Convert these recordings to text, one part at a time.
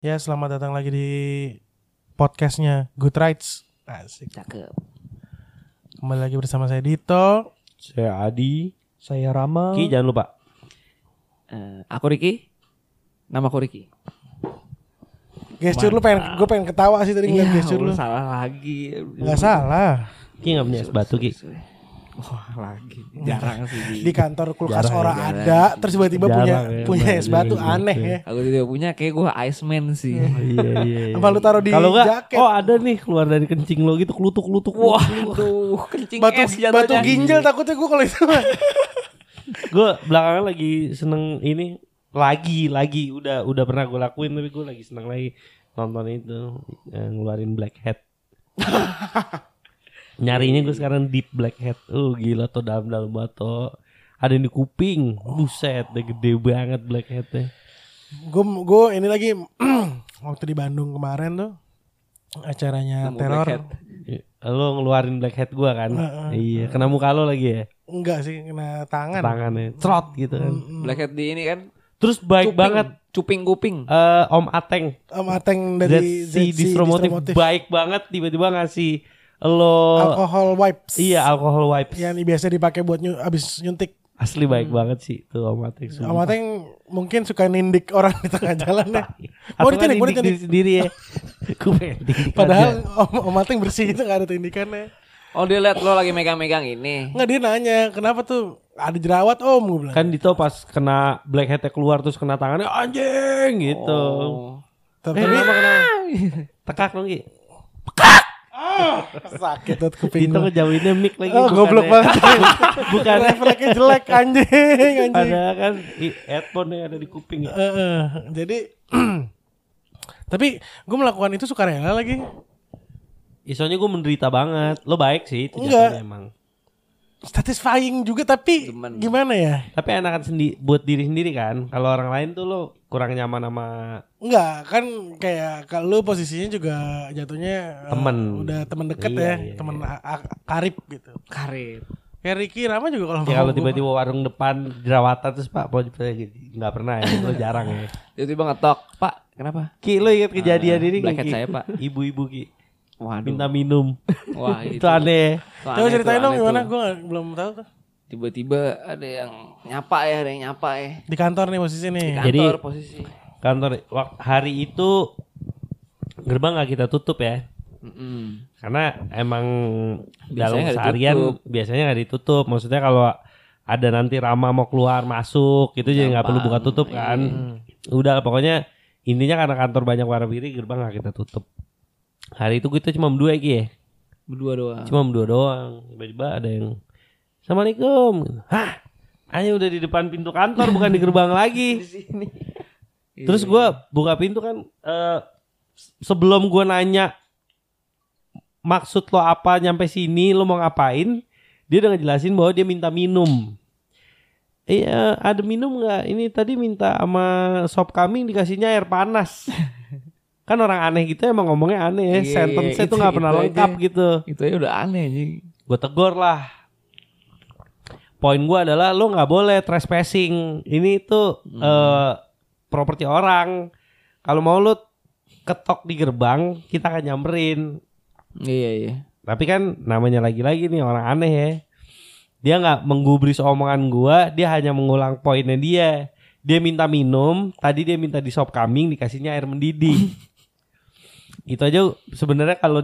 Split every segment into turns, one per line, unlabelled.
Ya, selamat datang lagi di podcastnya Good Rights. Asik.
Cakep.
Kembali lagi bersama saya Dito.
Saya Adi.
Saya Rama.
Ki jangan lupa.
Aku Riki. Namaku Riki.
Gesture lu gue pengen ketawa sih tadi ngeliat gesture lu.
Salah lagi.
Gak salah.
Ki nggak punya es batu Ki.
Wah lagi. Jarang sih.
Di kantor kulkas
Jarang,
orang
jarang.
ada, terus tiba-tiba
Jarang,
punya
ya,
es batu
iya.
aneh ya.
Aku tidak punya. Kayak gue Iceman sih.
Iya.
Apa lu taruh di
Kalau nggak,
jaket?
oh ada nih keluar dari kencing lo gitu kelutuk.
Wah, aduh, kencing
Batu
es jatuhnya.
batu ginjal takutnya gue kalau itu.
Gue belakangan lagi seneng ini lagi udah pernah gue lakuin tapi gue lagi seneng lagi nonton itu ngeluarin blackhead. Nyarinya gue sekarang deep blackhead. Gila tuh dalam banget tuh. Ada yang di kuping. Buset, udah gede banget blackheadnya.
Gue ini lagi waktu di Bandung kemarin tuh acaranya
Nemu
teror.
blackhead.
Lo ngeluarin blackhead gue kan. Iya, kena muka lo lagi ya.
Enggak sih, kena tangan.
Tangannya trot gitu kan.
Blackhead di ini kan.
Terus baik banget
Cuping kuping.
Om Ateng.
Om Ateng dari
ZC Distromotif baik banget tiba-tiba ngasih lo
alcohol wipes.
Iya, alcohol wipes.
Yang biasa dipakai buat abis nyuntik.
Asli baik banget sih tuh Om Ateng.
Om Ateng mungkin suka nindik orang di tengah jalan ya.
Mau
ditindik, mau ditindik.
diri sendiri ya. Gue pengen tindik
Padahal
aja.
Om Ateng bersih itu gak ada tindikannya.
Oh dia liat lo lagi megang-megang ini.
Nggak, dia nanya kenapa tuh ada jerawat om, gue bilang.
Kan Dito pas kena blackheadnya keluar terus kena tangannya anjing gitu.
Oh.
Tapi
Tekak dong Ki.
sakit tuh kuping
Dito
gue.
ngejauhinnya mic lagi.
Oh goblok banget.
Bukan.
Refleksnya jelek anjing.
Ada kan headphone yang ada di kuping ya.
Jadi tapi gue melakukan itu sukarela lagi.
Soalnya gue menderita banget. Lo baik sih itu
Enggak.
jatuhnya emang.
Satisfying juga tapi
Cuman.
gimana ya?
Tapi enakan buat diri sendiri kan. Kalau orang lain tuh lo kurang nyaman sama
Enggak, kan kayak kalau lu posisinya juga jatuhnya
Temen.
udah temen deket
Iya,
ya,
iya,
temen karib gitu.
Karib.
Kayak Ricky Rama juga kalau
ya kalau
mau
tiba-tiba warung depan jerawatan terus Pak mau nggak pernah ya. Lo jarang ya.
Tiba-tiba ngetok. Pak kenapa?
Ki lo ingat kejadian ini nggak,
blackhead
Ki?
saya, Pak.
Ibu-ibu Ki
Waduh.
minta minum.
Wah
Itu aneh.
Coba ceritain dong gimana, gue belum tahu tuh.
Tiba-tiba ada yang nyapa ya.
Di kantor nih posisi nih.
Di
Jadi-
kantor posisi.
Kantor hari itu gerbang nggak kita tutup ya.
Mm-mm.
Karena emang
Biasanya
dalam
nggak
seharian
ditutup.
biasanya nggak ditutup. Maksudnya kalau ada nanti Rama mau keluar masuk gitu jadi nggak perlu buka tutup kan. Udah pokoknya intinya karena kantor banyak warapiri gerbang nggak kita tutup. Hari itu kita cuma berdua Ki ya.
Berdua doang.
Cuma berdua doang. Tiba-tiba ada yang Assalamualaikum. Hah? Hanya udah di depan pintu kantor bukan di gerbang lagi.
Di sini.
Terus gue buka pintu kan sebelum gue nanya maksud lo apa nyampe sini lo mau ngapain, dia udah ngejelasin bahwa dia minta minum. Iya ada minum nggak? Ini tadi minta sama sop kambing dikasihnya air panas. Kan orang aneh gitu emang ngomongnya aneh ya.
Iya,
Sentence-nya tuh
itu-
nggak pernah
itu
lengkap
aja.
gitu.
Itu aja udah aneh nih.
Gue tegur lah. Poin gue adalah lo nggak boleh trespassing. Ini tuh properti orang. Kalau mau lo ketok di gerbang, kita akan nyamperin.
Iya.
Tapi kan namanya lagi-lagi nih orang aneh ya. Dia nggak menggubris omongan gue, dia hanya mengulang poinnya dia. Dia minta minum, tadi dia minta di sop kambing dikasihnya air mendidih. Itu aja sebenarnya kalau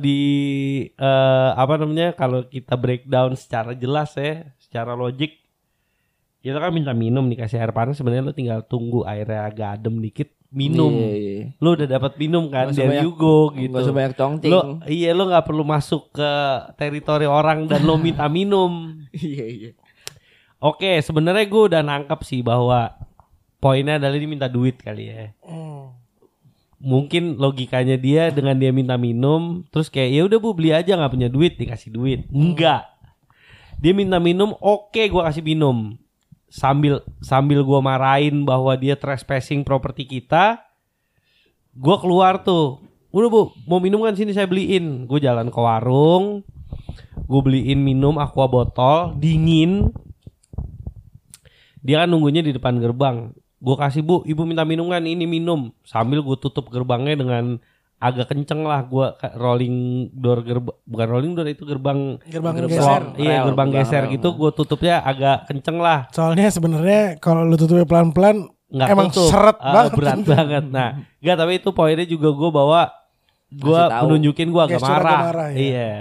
kalau kita breakdown secara jelas ya, secara logik, kita kan minta minum dikasih air panas, sebenarnya lo tinggal tunggu airnya agak adem dikit, minum.
Iya.
Lo udah dapat minum kan
Nggak usah
dari
banyak-
Yugo gitu.
Gak usah banyak congcing.
Lo nggak perlu masuk ke teritori orang dan lo minta minum.
Iya.
Oke, sebenarnya gue udah nangkep sih bahwa poinnya adalah dia minta duit kali ya. Mungkin logikanya dia dengan dia minta minum, terus kayak ya udah bu beli aja nggak punya duit dikasih duit. Enggak, dia minta minum, oke gue kasih minum. Sambil gue marahin bahwa dia trespassing properti kita, gue keluar tuh. Udah bu, mau minum kan sini saya beliin. Gue jalan ke warung, gue beliin minum aqua botol dingin. Dia kan nunggunya di depan gerbang. Gue kasih, Bu, ibu minta minum kan, ini minum. Sambil gue tutup gerbangnya dengan agak kenceng lah. Gue rolling door, bukan rolling door, itu gerbang
geser.
Iya, gerbang geser
rel.
gitu. Gue tutupnya agak kenceng lah.
Soalnya sebenarnya kalau lu tutupnya pelan-pelan
Nggak
emang
tutup.
seret banget.
Berat banget. Nah, enggak, tapi itu poinnya juga gue bawa, gue
Kasih tahu.
menunjukin gue agak
Gestur agak
marah.
marah, ya.
Iya.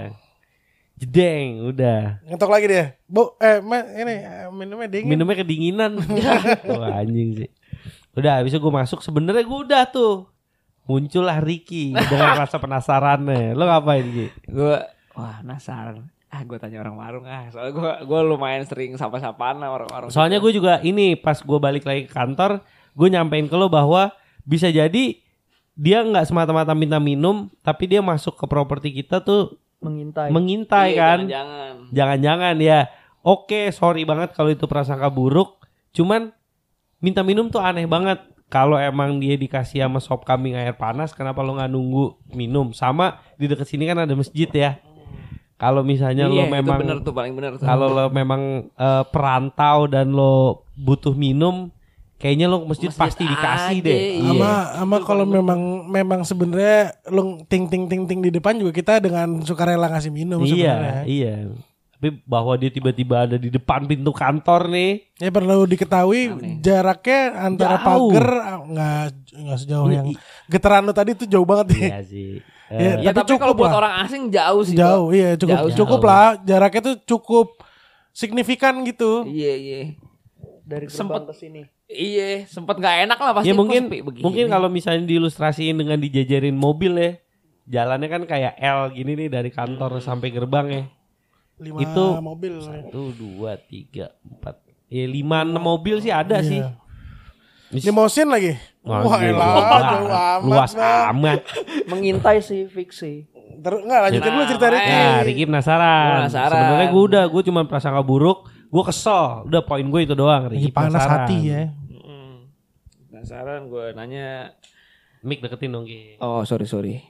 Jedeng, udah.
Ngetok lagi dia. Bu, ini minumnya dingin.
Minumnya kedinginan. Wah, anjing sih. Udah, habis itu gue masuk. Sebenarnya gue udah tuh. Muncullah Ricky dengan rasa penasarannya. Lo ngapain, Ki?
Gue wah penasaran. Gue tanya orang warung soalnya gue lumayan sering sapa-sapaan lah orang warung.
Soalnya gue juga ini pas gue balik lagi ke kantor, gue nyampein ke lo bahwa bisa jadi dia nggak semata-mata minta minum, tapi dia masuk ke properti kita tuh mengintai
Iya,
kan.
Jangan-jangan
Ya. Oke, sorry banget kalau itu prasangka buruk. Cuman minta minum tuh aneh banget. Kalau emang dia dikasih sama sop kambing air panas, kenapa lo nggak nunggu minum? Sama di dekat sini kan ada masjid ya. Kalau misalnya lo
itu
memang
bener tuh, paling bener tuh.
kalau lo memang perantau dan lo butuh minum, kayaknya lo ke masjid pasti dikasih
aja,
deh.
iya.
Sama kalau memang sebenarnya lu ting di depan juga kita dengan sukarela ngasih minum sebenarnya.
Iya. Tapi bahwa dia tiba-tiba ada di depan pintu kantor nih.
Ya perlu diketahui jaraknya antara
Jauh.
pagar nggak sejauh yang getaran lu tadi tuh jauh banget ya.
Iya sih.
Ya,
Ya, tapi kalau
cukup
buat
lah.
orang asing jauh sih.
Jauh,
Pak.
iya cukup
Jauh.
lah. Jaraknya tuh cukup signifikan gitu.
Iya.
Dari gerbang ke sini.
Iya, sempet nggak enak lah pasti.
Ya
kok
mungkin
sepi begini.
mungkin kalau misalnya diilustrasiin dengan dijajarin mobil ya. Jalannya kan kayak L gini nih dari kantor sampai gerbang ya.
5
Itu-
mobil.
1, 2, 3, 4. Ya 5, 6 mobil sih ada
Iya.
sih.
Limosin lagi. Wah,
Anjir,
elah, jauh amat.
luas
Bang.
amat.
Mengintai sih fix sih.
Terus enggak lanjutin dulu cerita Ricky.
Nah, Ricky penasaran.
Gua penasaran.
Sebenarnya gue cuma prasangka buruk. Gue kesel. Udah poin gue itu doang.
Lagi
Ricky
panas
penasaran.
hati ya.
Penasaran gue nanya.
Mik deketin dong Ki.
Oh sorry.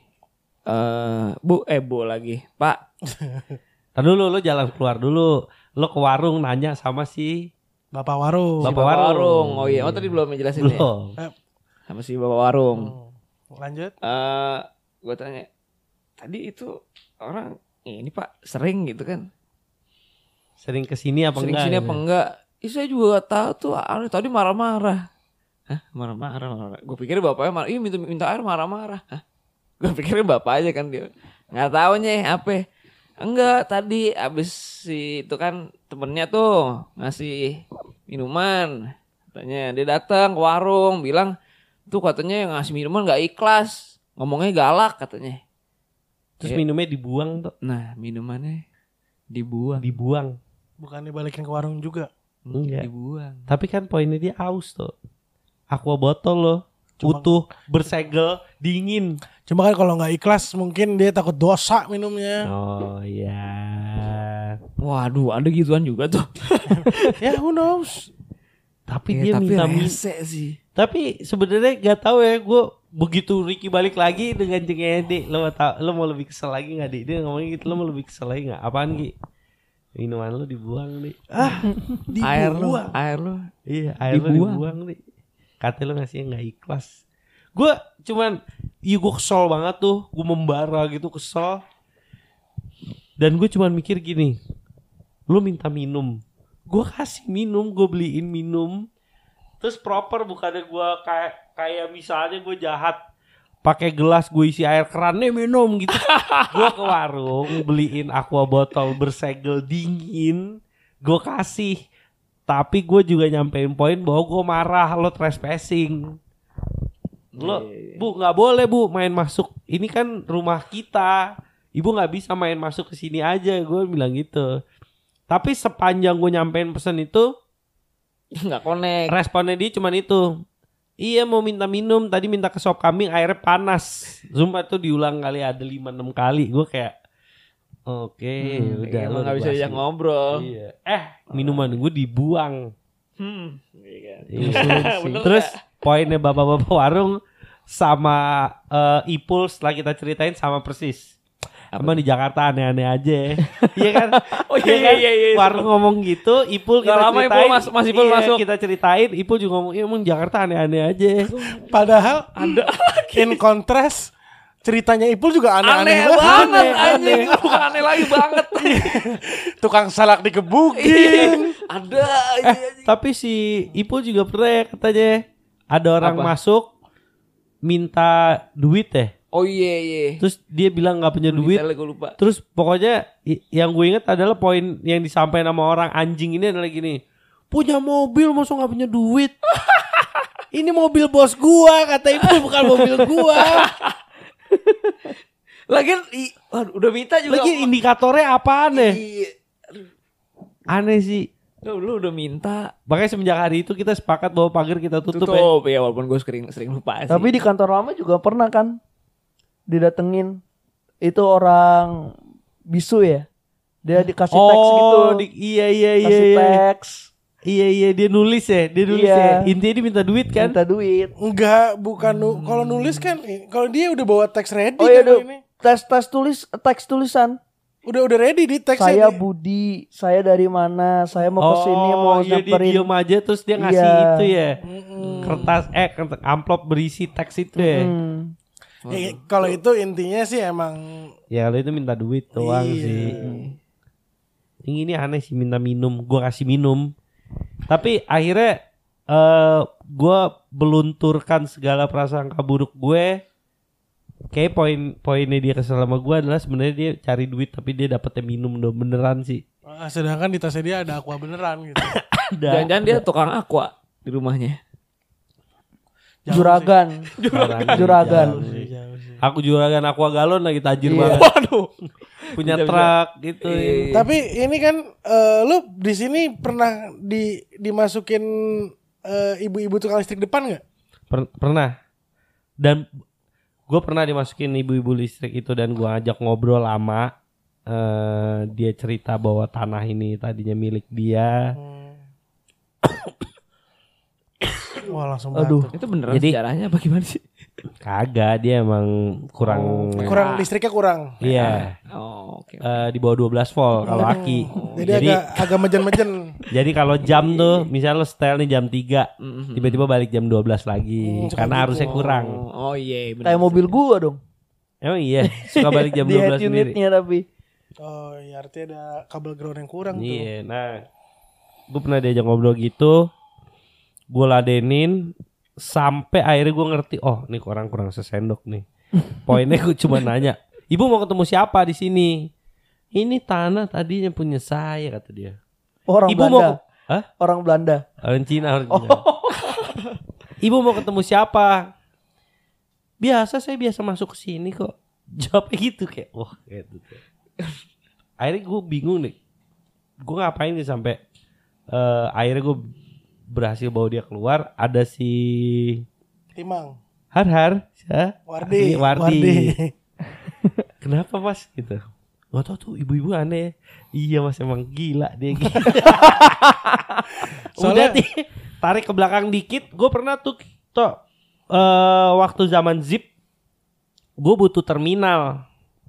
Bu lagi. Pak.
Tadi dulu lo jalan keluar dulu. Lo ke warung nanya sama si
Bapak warung.
Bapak
Bapak
warung.
Oh iya. Oh tadi belum menjelasin ya.
Belum.
Sama si bapak warung.
Lanjut.
Gue tanya. Tadi itu orang ini Pak sering gitu kan.
Sering kesini apa
Sering
enggak?
sini
gitu?
apa enggak? Saya juga gak tahu tuh. Tadi marah-marah. Hah? Marah-marah. Gue pikir bapaknya marah. Iya minta air marah-marah. Hah? Gue pikirnya bapak aja kan dia. Nggak taunya apa? Enggak. Tadi abis si itu kan temennya tuh ngasih minuman. Katanya dia datang ke warung bilang tuh katanya yang ngasih minuman nggak ikhlas. Ngomongnya galak katanya.
Terus
Iya.
minumnya dibuang tuh.
Nah minumannya dibuang.
Dibuang.
Bukan dibalikin ke warung juga.
Enggak.
Dibuang.
Tapi kan poinnya dia aus tuh. Aqua botol loh.
Cuma-
Utuh, bersegel, dingin.
Cuma kan kalau nggak ikhlas mungkin dia takut dosa minumnya.
Oh iya.
Waduh ada gituan juga tuh.
Ya who knows.
Tapi
Ya,
dia
tapi
minta
rese sih.
Tapi sebenarnya gak tahu ya, gue begitu Ricky balik lagi dengan cengenya, Dik, lo mau lebih kesel lagi nggak, Dik? Dia ngomongnya gitu, lo mau lebih kesel lagi nggak? Apaan, Ki? Minuman lo dibuang, Dik.
Air
dibuang.
lu.
Iya, air lo dibuang, Dik. Kata lo ngasihnya nggak ikhlas. Gue cuman, gue kesel banget tuh, gue membara gitu, kesel. Dan gue cuman mikir gini, lo minta minum, gue kasih minum, gue beliin minum. Terus proper, bukannya gue kayak misalnya gue jahat pakai gelas gue isi air keran nih minum gitu. Gue ke warung beliin aqua botol bersegel dingin, gue kasih. Tapi gue juga nyampein poin bahwa gue marah, lo trespassing. Lo bu nggak boleh bu main masuk. Ini kan rumah kita. Ibu nggak bisa main masuk ke sini aja. Gue bilang gitu. Tapi sepanjang gue nyampein pesan itu,
Nggak connect.
responnya dia cuman itu. Iya mau minta minum, tadi minta ke sop kambing airnya panas. Sumpah tuh diulang kali ada 5-6 kali. Gue kayak oke, udah
Emang
lo
nggak bisa
udah
diajak ngobrol.
Iya. Minuman gue dibuang.
Iya.
Iya. Terus poinnya bapak-bapak warung sama Ipul setelah kita ceritain sama persis. Emang di Jakarta aneh-aneh aja. Iya kan?
Oh iya.
Warung ngomong gitu, Ipul
Nggak
kita
lama
ceritain.
Ipul Mas Ipul masuk.
Kita ceritain, Ipul juga ngomong, emang Jakarta aneh-aneh aja.
Padahal ada in contrast ceritanya Ipul juga
Aneh
aneh-aneh
banget anjing. Bukan aneh lagi banget.
Tukang salak dikebukin.
Ada
Tapi si Ipul juga pernah ya katanya ada orang
Apa?
masuk minta duit ya.
Oh iya.
Terus dia bilang nggak punya duit.
Gue lupa.
Terus pokoknya yang gue ingat adalah poin yang disampaikan sama orang anjing ini adalah gini. Punya mobil masa nggak punya duit? Ini mobil bos gua, kata Ipul, bukan mobil gua.
Lagian udah minta juga.
Lagi indikatornya apaan ya?
Iya.
Aneh sih.
Lu udah minta.
Makanya semenjak hari itu kita sepakat bahwa pagar kita tutup ya.
Tutup ya walaupun gue sering lupa sih.
Tapi di kantor lama juga pernah kan didatengin itu orang bisu ya. Dia dikasih teks gitu.
Iya.
Kasih teks.
Iya dia nulis ya.
Iya.
Intinya dia minta duit kan?
Minta duit.
Enggak, bukan kalau nulis kan kalau dia udah bawa teks ready
Oh iya,
kan ini.
teks tulisan.
Udah ready di
Saya
teksnya.
Budi, saya dari mana, saya mau kesini mau
iya, dia
nyamperin.
diem aja terus dia ngasih
Iya.
itu ya. Kertas amplop berisi teks itu ya.
Kalau itu intinya sih emang
Ya kalau itu minta duit doang
Iya.
sih. Ini aneh sih minta minum, gua kasih minum. Tapi akhirnya gua belunturkan segala prasangka buruk gue. Kayak poinnya dia kesel sama gue adalah sebenarnya dia cari duit tapi dia dapetnya minum dong beneran sih.
sedangkan di tasnya dia ada aqua beneran gitu.
Jangan-jangan dia tukang aqua di rumahnya.
Juragan. Juragan.
Jauh sih.
Aku juragan aqua galon lagi tajir
Iya.
banget.
Waduh.
Punya
Bisa-bisa.
truk gitu.
Iya.
Tapi ini kan lu di sini pernah dimasukin ibu-ibu tukang listrik depan nggak?
Pernah. Dan gue pernah dimasukin ibu-ibu listrik itu dan gue ajak ngobrol lama. Dia cerita bahwa tanah ini tadinya milik dia.
Wah langsung
Aduh.
batuk.
Itu beneran
Jadi-
sejarahnya apa gimana sih?
Kagak, dia emang kurang.
Kurang listriknya kurang.
Iya.
Oh, oke.
Di bawah 12 volt kalau aki.
Jadi agak mejen-mejen.
Jadi kalau jam tuh misalnya lo setel nih jam 3, tiba-tiba balik jam 12 lagi karena harusnya kurang.
Oh iya bener.
Kayak mobil gua dong.
Emang iya, suka balik jam
Di head
12 sendiri.
unitnya tapi.
Oh ya artinya ada kabel ground yang kurang tuh.
Iya, nah gue pernah diajak ngobrol gitu, gue ladenin sampai akhirnya gue ngerti, oh nih orang kurang sesendok nih. Poinnya gue cuma nanya, ibu mau ketemu siapa di sini? Ini tanah tadinya punya saya kata dia.
Orang
Ibu
Belanda.
Hah?
Orang Belanda.
Orang Cina. Ibu mau ketemu siapa? Biasa saya biasa masuk ke sini kok. Jawabnya gitu kayak, wah gitu. Akhirnya gue bingung nih. Gue ngapain nih sampai akhirnya gue berhasil bawa dia keluar. Ada si
Timang.
Har ya?
Wardi.
Wardi. Kenapa mas gitu? Gak tau tuh ibu-ibu aneh. Iya mas emang gila dia gitu. Udah
Soalnya-
nih tarik ke belakang dikit. Gue pernah tuh waktu zaman Zip, gue butuh terminal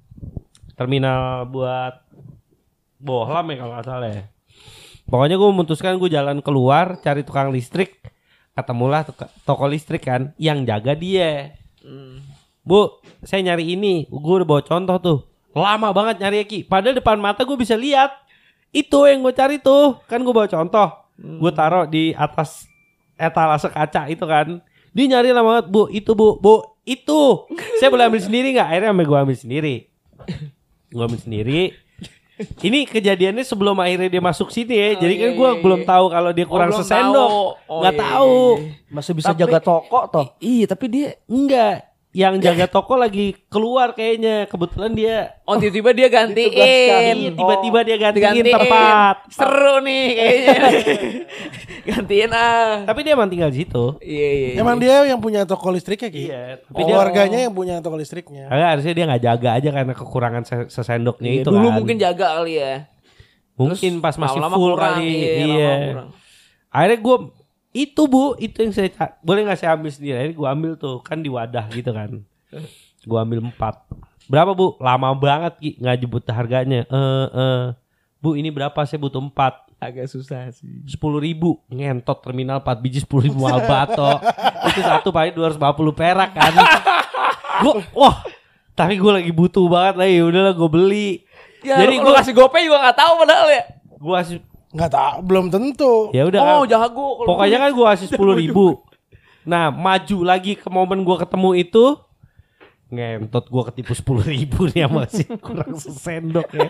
buat bohlam ya kalau nggak salah ya. Pokoknya gue memutuskan gue jalan keluar cari tukang listrik. Ketemulah toko listrik kan yang jaga dia. Bu, saya nyari ini. Gue udah bawa contoh tuh. Lama banget nyari Ki. Padahal depan mata gue bisa lihat. Itu yang gue cari tuh. Kan gue bawa contoh. Gue taruh di atas etalase kaca itu kan. Dia nyari lama banget. Bu, itu bu. Bu, itu. Saya boleh ambil sendiri gak? Akhirnya gue ambil sendiri. Gue ambil sendiri. Ini kejadiannya sebelum akhirnya dia masuk sini ya. Jadi kan gue belum tahu kalau dia kurang
belum
sesendok.
tahu. Oh,
Nggak
iya,
tahu.
Masih bisa
Tapi-
jaga toko toh.
Iya tapi dia
Enggak. Yang jaga toko lagi keluar kayaknya. Kebetulan dia
tiba-tiba dia gantiin.
Iya, tiba-tiba dia gantiin
Digantiin.
tempat.
Seru nih kayaknya. Gantiin ah.
Tapi dia emang tinggal di situ.
Iya.
Emang dia yang punya toko listriknya Ki?
Iya,
Tapi
tapi dia
warganya yang punya toko listriknya.
Agak harusnya dia nggak jaga aja karena kekurangan sesendoknya
Iya,
itu
dulu
kan.
mungkin jaga kali ya.
Mungkin pas masih
lama-lama
full
kurang,
kali.
iya,
Iya.
lama-lama kurang.
Akhirnya gue itu bu, itu yang boleh nggak saya ambil sendiri? Akhirnya gue ambil tuh kan di wadah gitu kan. Gue ambil 4 Berapa Bu? Lama banget Ki, nggak jemput harganya. Bu ini berapa? Saya butuh 4.
Agak susah sih.
10.000 ngentot terminal 4 biji 10.000 Albato. Itu satu paling 250 perak kan. Wah, tapi gue lagi butuh banget lah, ya udahlah gue beli.
Ya,
jadi
gue kasih GoPay juga nggak tahu padahal ya.
gue kasih,
Nggak tahu, belum tentu.
ya udah
Oh
kan.
jago. Kalau
Pokoknya
gua-
kan gue kasih 10.000. Nah maju lagi ke momen gue ketemu itu, ngentot gue ketipu 10.000 nih, masih kurang sesendok ya.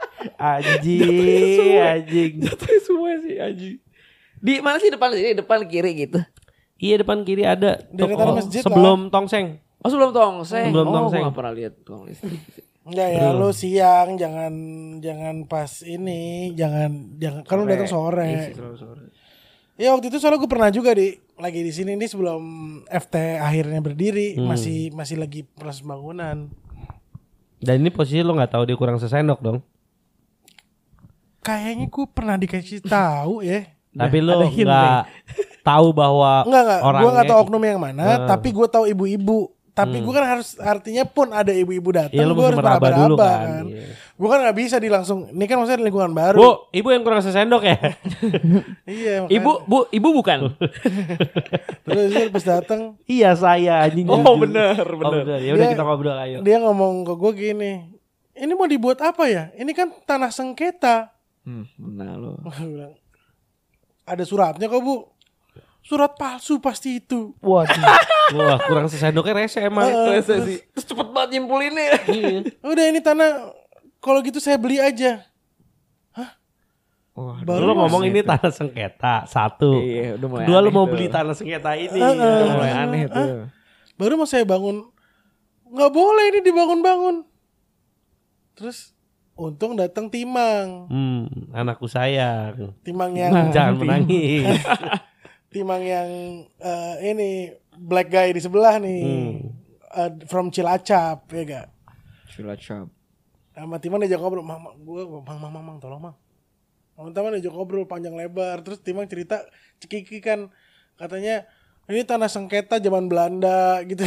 Anjing.
Jatuh semua sih anjing. Di mana sih depan sini? Depan kiri gitu.
Iya depan kiri ada
Dari
toko
masjid
sebelum Tongseng.
Oh sebelum tongseng.
Sebelum
Oh
tongseng.
gue gak pernah lihat tukang listrik.
Enggak ya, lu siang jangan pas ini, jangan kan lu datang sore.
Iya sih, selalu sore.
Ya waktu itu soalnya gue pernah juga lagi di sini nih sebelum FT akhirnya berdiri, masih lagi proses bangunan.
Dan ini posisi lo nggak tahu dia kurang sesendok dong.
Kayaknya gue pernah dikasih tahu ya.
Tapi lo
ada hint
nggak tahu bahwa
Enggak,
orangnya
gue nggak tahu oknum yang mana, tapi gue tahu ibu-ibu. Tapi gue kan harus, artinya pun ada ibu-ibu datang,
Iya, lu
gue
mesti
harus
meraba dulu kan. Iya.
Gue kan nggak bisa langsung, ini kan maksudnya lingkungan baru.
Bu, ibu yang kurang sesendok ya.
Iya. makanya.
Ibu bukan.
Terus dia pas datang,
Iya saya anjing.
Oh,
jujur.
bener.
Ya udah
Dia-
kita ngobrol ayo.
dia ngomong ke gue gini, ini mau dibuat apa ya? Ini kan tanah sengketa.
Benar lo.
Gue bilang, ada suratnya kok Bu. Surat palsu pasti itu.
Waduh.
Wah kurang sesendoknya rese emang.
Terus cepet banget nyimpulinnya.
Iya.
Udah ini tanah, kalau gitu saya beli aja.
Wah,
Lu ngomong ini tanah sengketa satu.
Iya, udah mulai.
Kedua lu
aneh
mau
tuh.
beli tanah sengketa ini.
Udah mulai aneh tuh.
Baru mau saya bangun, nggak boleh ini dibangun-bangun. Terus untung datang Timang,
Anakku sayang.
Timang yang
Jangan menangis.
Timang yang ini black guy di sebelah nih, from Cilacap ya gak?
Cilacap.
Sama Timang diajak ngobrol, mang tolong mang. Teman-teman diajak ngobrol panjang lebar, terus Timang cerita cekiki kan katanya ini tanah sengketa zaman Belanda gitu.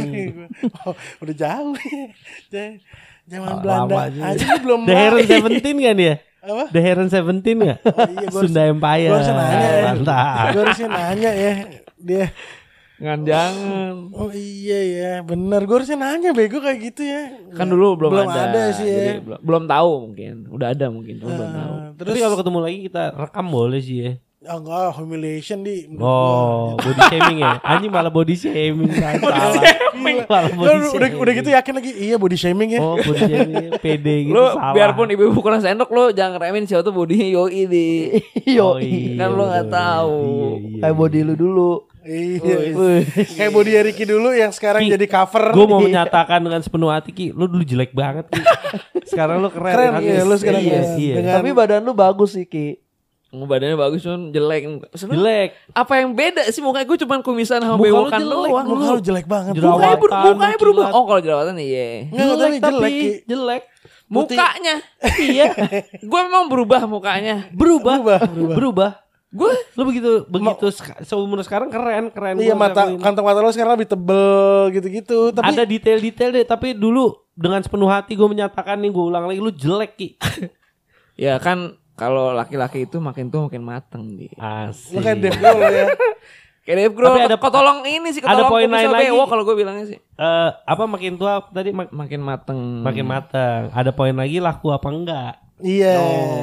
Oh, udah jauh ya. Zaman Belanda aja ini belum
The Heron
lahir.
17 kan ya?
Apa?
The Heron 17 gak?
Oh iya,
Sunda Empire.
Gue harusnya nanya ya.
Mantap.
Gue harusnya nanya ya dia.
Jangan.
Oh iya ya, benar. Gue harusnya nanya bego kayak gitu ya.
Kan dulu belum
ada sih ya.
Jadi belum tahu mungkin. Udah ada mungkin, cuma belum tahu.
Terus
Tapi kalau ketemu lagi kita rekam boleh sih ya.
enggak humiliation di.
Oh, body shaming ya. Anjing malah body shaming. Salah. Malah body shaming.
Udah gitu yakin lagi iya body shaming ya.
Oh, body shaming. PD gitu
Lu
salah.
biarpun ibu-ibu kurang sendok lu jangan remehin siapa tuh bodinya yoi di.
Oh,
Yo,
Kan lu nggak tahu.
kayak body lu dulu.
Iya. Kayak body Ricky dulu yang sekarang
Ki,
jadi cover.
Gue mau menyatakan dengan sepenuh hati Ki, lu dulu jelek banget Ki. Sekarang lu keren.
Keren,
Habis.
iya, lu sekarang
Iya,
keren.
iya.
Dengan-
Tapi badan lu bagus sih Ki.
Badannya bagus cuman jelek. Sebenarnya
Jelek.
apa yang beda sih mukanya gue cuman kumisan sama
Muka lu
bewokan
jelek,
doang.
muka lu jelek banget.
Jerawatan,
Mukanya berubah.
kilat.
Oh kalau jerawatan iya.
Enggak tapi jelek Ki.
jelek.
Mukanya. Iya. Gue memang berubah mukanya.
Berubah.
Berubah.
Gue
Lu begitu seumur sekarang keren.
Iya
Gua
mata
ngakuin.
kantong mata lu sekarang lebih tebel gitu-gitu. Tapi
Ada detail-detail deh, tapi dulu dengan sepenuh hati gue menyatakan nih, gue ulang lagi, lu jelek Ki.
ya kan kalau laki-laki itu makin tua makin mateng dia.
Asik.
lu kayak Dave Grohl ya.
Kayak Dave Grohl,
Tapi ada-
kok tolong ini sih,
ada
ketolong
poin
kumisnya
lain lagi.
bewok kalau gue bilangnya sih.
Apa makin tua tadi
Makin mateng.
makin mateng. Ada poin lagi, laku apa enggak?
Iya.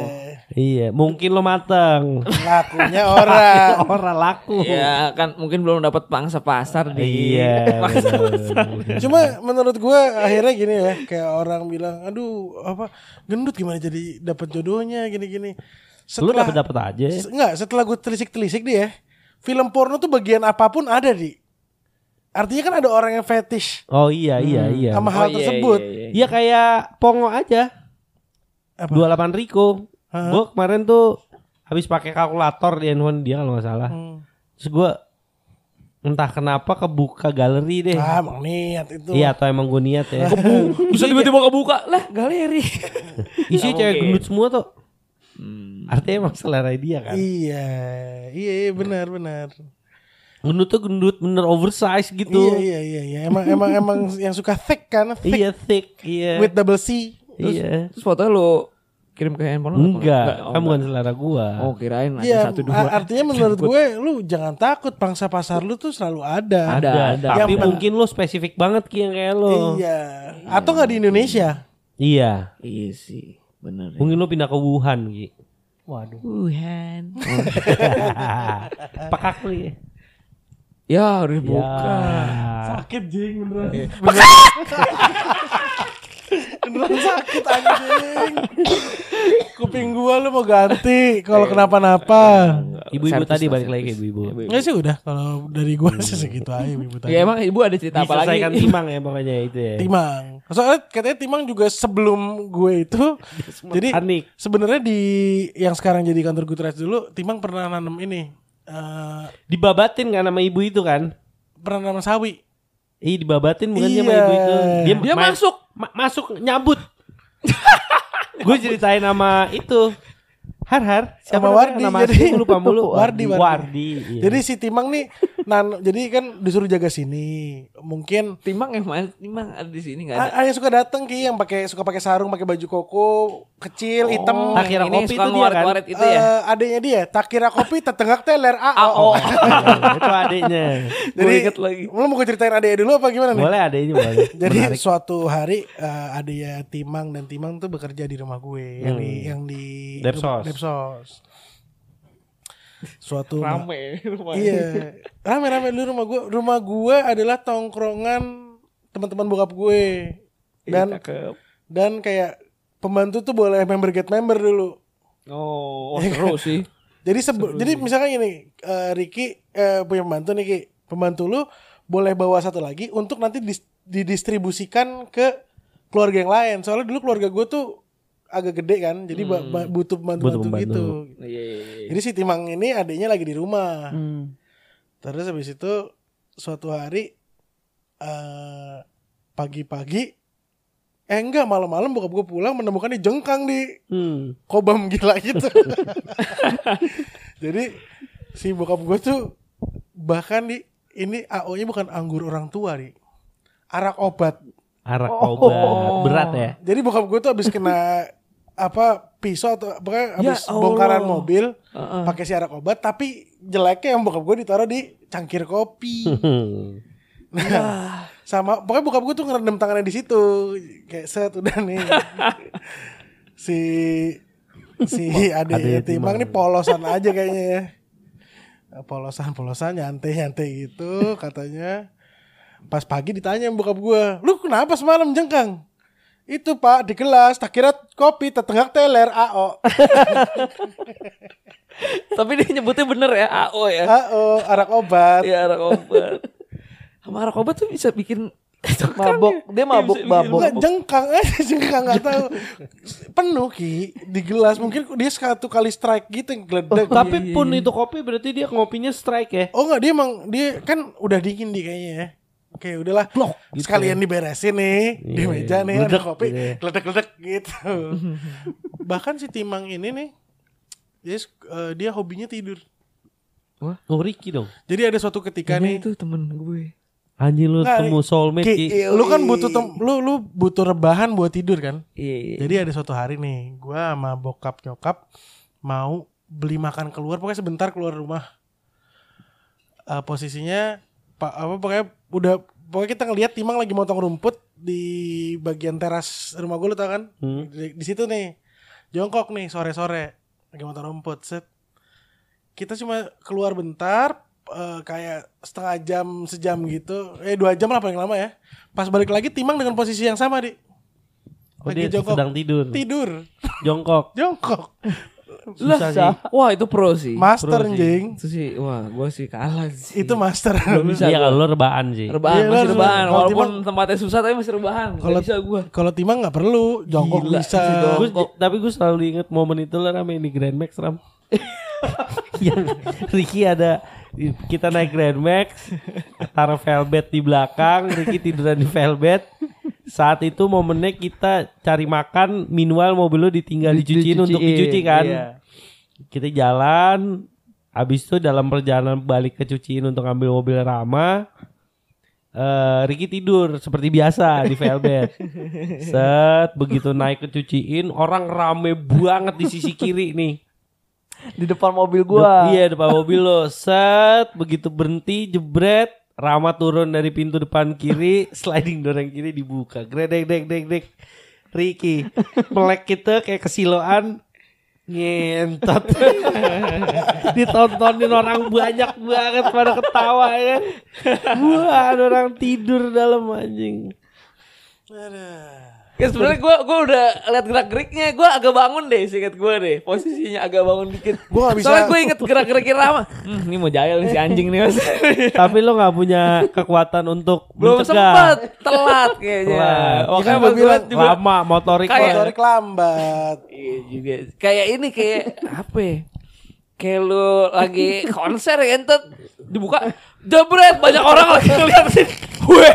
Iya, mungkin lo mateng.
Lakunya orang.
Orang laku.
Ya kan mungkin belum dapat pangsa pasar di.
Iya. bener.
Cuma menurut gue akhirnya gini ya, kayak orang bilang, aduh apa gendut gimana jadi dapat jodohnya gini-gini.
Lu dapet aja.
Enggak, setelah gue telisik-telisik dia, film porno tuh bagian apapun ada di. Artinya kan ada orang yang fetish
Oh iya.
sama hal
Oh, iya,
tersebut.
iya.
Iya kayak Pongo aja.
Apa?
28 Riko. Gue kemarin tuh habis pakai kalkulator di handphone dia kalau nggak salah. Terus gue entah kenapa kebuka galeri deh.
Ah, emang niat itu.
Iya atau emang gue niat ya.
Bisa tiba-tiba kebuka lah galeri.
Isi cewek
mungkin.
gendut semua tuh. Artinya emang selera dia kan.
Iya, benar.
Gendut tuh gendut bener oversize gitu.
Iya. Emang yang suka thick kan? Thick
Iya thick, iya.
with double C.
Iya.
Terus fotonya lu kirim ke handphone lu?
Enggak,
Oh,
kan bukan
enggak.
selera gua.
Oh, kirain ada
Iya,
1 2.
artinya menurut gue lu jangan takut, pangsa pasar lu tuh selalu ada.
Ada.
Tapi
Yang-
mungkin lo spesifik banget Ki yang kayak lo.
Iya. Atau nggak di Indonesia?
Iya.
Iya sih, bener.
Mungkin lo pindah ke Wuhan Ki.
Waduh.
Wuhan.
Pakak lo ya.
Ya, udah dibuka.
Ya.
Sakit jing beneran. Beneran sakit anjing. Kuping gua lu mau ganti kalau kenapa-napa.
Ibu-ibu
Servis
tadi
lah,
balik lagi ke
servis.
ibu-ibu.
Ya sih udah kalau dari gua sih segitu aja ibu tadi.
Ya emang ibu ada cerita apa lagi?
Diselesaikan timang ya pokoknya itu ya.
Timang. Soalnya katanya Timang juga sebelum gue itu jadi
Panik.
sebenarnya di yang sekarang jadi kantor Goodreads dulu Timang pernah nanam ini
Dibabatin kan sama ibu itu kan?
pernah nanam sawi.
Dibabatin bukan sama
Iya.
ibu itu.
Dia masuk.
Masuk nyabut. Gue ceritain sama itu. Har.
Sama
namanya?
Wardi,
Nama
jadi-
aslinya gue lupa mulu.
Wardi.
Iya.
Jadi si Timang nih jadi kan disuruh jaga sini. Mungkin
Timang yang mana? Timang ada di sini enggak ada.
ada yang suka datang Ki yang suka pakai sarung, pakai baju koko kecil hitam.
Takira
Yang ini
kopi
suka
itu dia kan?
ngewaret itu ya.
Adanya dia Takira kopi tetengak teler
Oh.
Itu adiknya.
Jadi
inget lagi.
lu mau gue ceritain adanya dulu apa gimana nih?
Boleh adiknya boleh.
Jadi
Menarik.
suatu hari adanya Timang dan Timang tuh bekerja di rumah gue yang di Depsos. Suatu
Rame rumah.
Iya, rame dulu rumah gue. Rumah gue adalah tongkrongan teman-teman bokap gue. Dan kayak pembantu tuh boleh get member dulu.
Oh, seru sih.
Jadi misalkan gini, Ricky punya pembantu nih Ki. Pembantu lu boleh bawa satu lagi untuk nanti didistribusikan ke keluarga yang lain. Soalnya dulu keluarga gue tuh agak gede kan, jadi butuh pembantu gitu.
Iya.
Jadi si Timang ini adiknya lagi di rumah.
Hmm.
Terus habis itu suatu hari pagi-pagi enggak malam-malam bokap gue pulang menemukan dia jengkang di kobam gila gitu. Jadi si bokap gue tuh bahkan ini AO-nya bukan anggur orang tua nih. Arak obat.
Arak obat. Berat ya.
Jadi bokap gue tuh habis kena pisau atau pokoknya habis
Ya Allah.
bongkaran mobil pakai si arak obat, tapi jeleknya yang bokap gue ditaruh di cangkir kopi. Nah, sama pokoknya bokap gue tuh ngerendam tangannya di situ kayak set udah nih. si adek Timang nih polosan aja kayaknya ya. Polosan nyantai gitu katanya. Pas pagi ditanya sama bokap gue, lu kenapa semalam jengkang? Itu pak di gelas, tak kira kopi, tetengak teler AO.
Tapi dia nyebutnya bener ya, AO ya.
AO, arak obat.
Iya, arak obat. Sama arak obat tuh bisa bikin
Mabok, dia mabok.
Enggak jengkang aja, jengkang nggak tahu. Penuh Ki di gelas, mungkin dia satu kali strike gitu yang geledek.
Tapi pun itu kopi berarti dia ngopinya strike ya.
Oh enggak, dia kan udah dingin kayaknya ya. Oke udahlah sekalian diberesin nih di meja nih ada kopi geledek-geledek gitu. Bahkan si Timang ini nih dia hobinya tidur.
Oh Ricky dong.
Jadi ada suatu ketika nih
itu temen gue.
Anjing lu
Nggak,
temu soulmate Ki.
lu kan butuh lu butuh rebahan buat tidur kan.
Iya.
Jadi ada suatu hari nih gua sama bokap nyokap mau beli makan keluar, pokoknya sebentar keluar rumah. Posisinya pokoknya kita ngelihat Timang lagi motong rumput di bagian teras rumah gue, lu tau kan? Di situ nih jongkok nih sore-sore lagi motong rumput. Set kita cuma keluar bentar, kayak setengah jam sejam gitu, 2 jam lah paling lama ya. Pas balik lagi Timang dengan posisi yang sama
Dia sedang tidur. Jongkok. Susah sih.
Wah, itu pro sih.
Master
Pro sih.
anjing.
Itu sih, wah, gue sih kalah sih.
Itu master.
bisa.
Iya kalau lu rebahan sih.
Rebahan,
Iya,
masih
lu-
rebahan.
kalau
Walaupun
Timang-
tempatnya susah tapi masih rebahan. Gak bisa gue.
Kalau Timang nggak perlu, jongkok
Gila,
bisa.
si jongkok.
Tapi gue selalu inget momen itu lah rame di Grand Max Ram. Yang Ricky ada kita naik Grand Max, taruh velvet di belakang, Ricky tiduran di velvet. Saat itu momennya kita cari makan, minimal mobil lu ditinggal dicuciin untuk dicuci kan.
Iya.
Kita jalan, Abis itu dalam perjalanan balik ke cuciin untuk ambil mobil Rama, Ricky tidur seperti biasa di velbet. Set, begitu naik ke cuciin, orang rame banget di sisi kiri nih.
Di depan mobil gua.
Iya, depan mobil lo. Set, begitu berhenti jebret, Rama turun dari pintu depan kiri, sliding door yang kiri dibuka. Gredek dek dek dek. Ricky melek kita kayak kesiloan, ngentot. Ditontonin orang banyak banget pada ketawa ya. Wah, ada orang tidur dalam anjing.
Ya sebenarnya gue udah liat gerak-geriknya, gue agak bangun deh, seinget gue deh, posisinya agak bangun dikit.
Gue gak bisa.
Soalnya gue inget gerak-geriknya Rama. Ini mau jahil nih si anjing nih mas.
Tapi lo gak punya kekuatan untuk
Belum
mencegah.
sempet, telat kayaknya.
Telat.
Oh,
Ya kan
kan
gua
pas
bilang,
gue juga.
Lama motorik
Kayak-
lo.
Motorik lambat.
Iya juga. Kayak ini kayak apa ya? Kayak lu lagi konser ya entet dibuka jebret banyak orang lagi ngeliatin gue.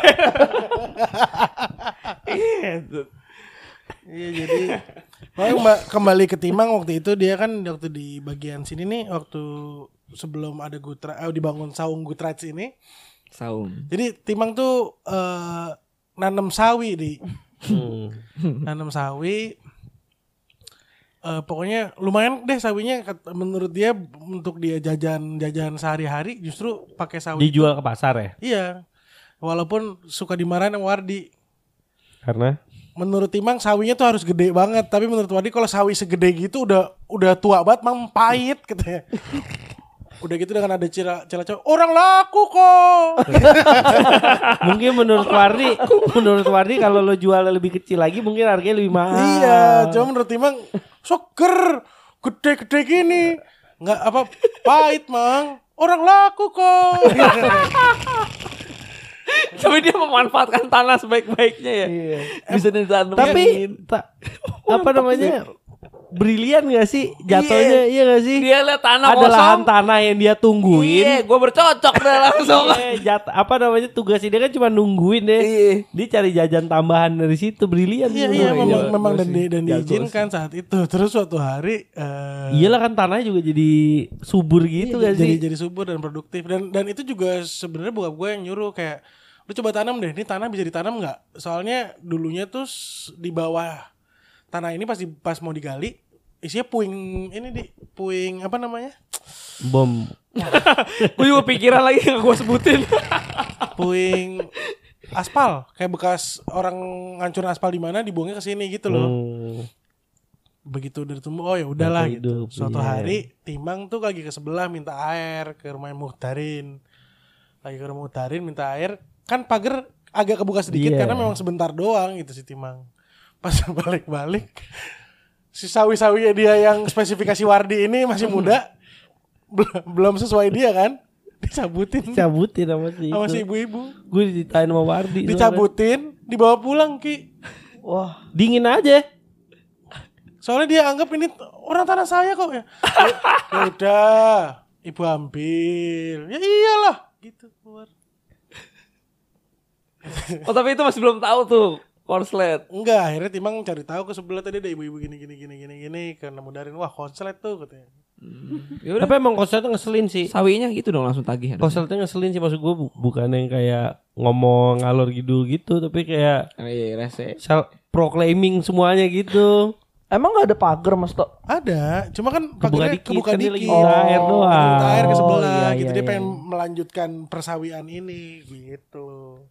Iya jadi kembali ke Timang waktu itu dia kan waktu di bagian sini nih waktu sebelum ada dibangun saung Gutrats ini.
Saung.
Jadi Timang tuh nanam sawi di nanam sawi. Pokoknya lumayan deh sawinya menurut dia untuk dia jajan sehari-hari justru pakai sawi.
Dijual ke pasar ya?
Iya. Walaupun suka dimarahin sama Wardi.
Karena?
Menurut Timang sawinya tuh harus gede banget, tapi menurut Wardi kalau sawi segede gitu udah tua banget, mang pahit katanya. Udah gitu dengan ada cila cowok, orang laku kok.
Mungkin menurut Wardi kalau lo jual lebih kecil lagi mungkin harganya lebih mahal.
Iya, cuma menurut Timang seger gede-gede gini. Nggak apa pahit, Mang. Orang laku kok.
Tapi dia memanfaatkan tanah sebaik-baiknya ya.
Iya.
Bisa ditanam.
Tapi apa namanya? Brilian gak sih jatuhnya? Iya gak sih?
Dia lihat tanah
Ada
kosong.
lahan tanah yang dia tungguin.
Iya, gue bercocok deh langsung.
Apa namanya tugasnya dia kan cuma nungguin deh.
Iya.
Dia cari jajan tambahan dari situ, brilian.
Iya,
sih.
iya
Oh,
memang dan
Jago
diizinkan saat itu. Terus suatu hari
Iyalah kan tanahnya juga jadi subur gitu gak sih?
jadi subur dan produktif dan itu juga sebenarnya bukan gue yang nyuruh kayak lu coba tanam deh, ini tanah bisa ditanam nggak? Soalnya dulunya tuh di bawah tanah ini pas mau digali isinya puing apa namanya?
Bom.
Gue juga pikiran lagi gak gue sebutin.
Puing aspal, kayak bekas orang ngancurin aspal di mana dibuangnya ke sini gitu loh. Begitu udah tumbuh, oh ya udahlah
Mata
gitu.
hidup,
Suatu
iya.
hari Timang tuh lagi ke sebelah minta air ke rumah Muhtarin. Lagi ke rumah Muhtarin minta air, kan pagar agak kebuka sedikit
Iya.
karena memang sebentar doang gitu si Timang. Pas balik-balik si sawi-sawinya dia yang spesifikasi Wardi ini masih muda. belum sesuai dia kan. Dicabutin
Cabutin
sama si ibu-ibu.
Gue ditain sama Wardi.
Dicabutin, dibawa pulang Ki.
Wah,
Dingin aja.
Soalnya dia anggap ini orang tanah saya kok ya. Ya udah, ibu ambil. Ya iyalah, gitu keluar.
Oh tapi itu masih belum tahu tuh korslet.
Enggak, akhirnya Timang cari tahu ke sebelah tadi ada ibu-ibu gini karena mudarin wah konslet tuh katanya.
Ya udah.
Tapi emang konsepnya ngeselin sih.
Sawinya gitu dong langsung tagih.
Konsepnya ngeselin sih, maksud gue bukan yang kayak ngomong ngalor ngidul gitu, tapi kayak
Iya rese.
self proclaiming semuanya gitu.
emang gak ada pagar Mas Tok?
Ada, cuma kan
Kebuka
pagarnya
dikit,
kebuka
kan dia
dikit.
lagi minta air doang.
Minta air ke sebelah
Oh, iya,
gitu.
iya,
Dia
iya.
pengen melanjutkan persawian ini gitu.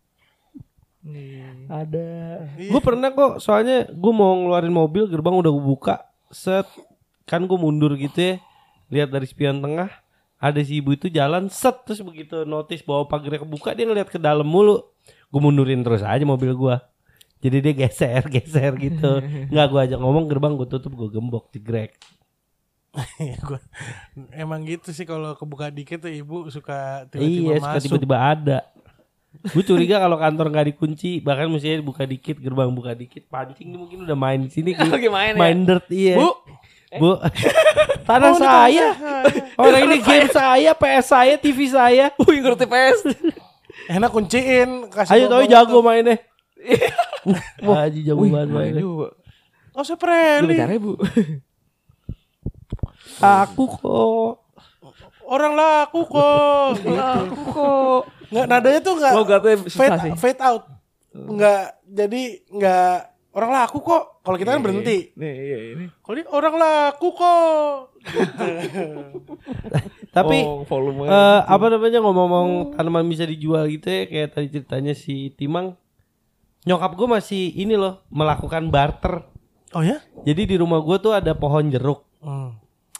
Ada.
Gue pernah kok, soalnya gue mau ngeluarin mobil, gerbang udah gue buka, set, kan gue mundur gitu ya, lihat dari spion tengah, ada si ibu itu jalan, set, terus begitu notice bahwa pagarnya kebuka, dia ngeliat ke dalam mulu, gue mundurin terus aja mobil gue, jadi dia geser gitu, nggak gue ajak ngomong, gerbang gue tutup, gue gembok, jegrek.
Emang gitu sih kalau kebuka dikit tuh ibu suka
Iya,
tiba-tiba
suka
masuk.
tiba-tiba ada. Gue curiga kalau kantor nggak dikunci, bahkan mestinya buka dikit, gerbang buka dikit, pancing nih mungkin udah main di sini,
Lagi main ya?
main dirt, iya.
Bu,
Tanah
Oh, ini
saya,
tanah
orang ini game saya, PS saya, TV saya.
wih ngerti PS.
Enak kunciin, kasih
Ayo
bawang
tau jago
tuh.
mainnya. Wah, Haji jago banget mainnya.
Oh saya
Gimana
Preli.
caranya bu?
Aku kok.
orang laku kok gitu.
Kok
Nggak, nadanya tuh nggak
logatnya susah sih.
fade out. Nggak, jadi nggak orang laku kok. Kalau kita kan berhenti.
Nih, iya ini.
Kalau dia orang laku kok.
Tapi
volume
apa namanya ngomong-ngomong tanaman bisa dijual gitu ya, kayak tadi ceritanya si Timang. Nyokap gue masih ini loh melakukan barter.
Oh ya?
Jadi di rumah gue tuh ada pohon jeruk.
Hmm.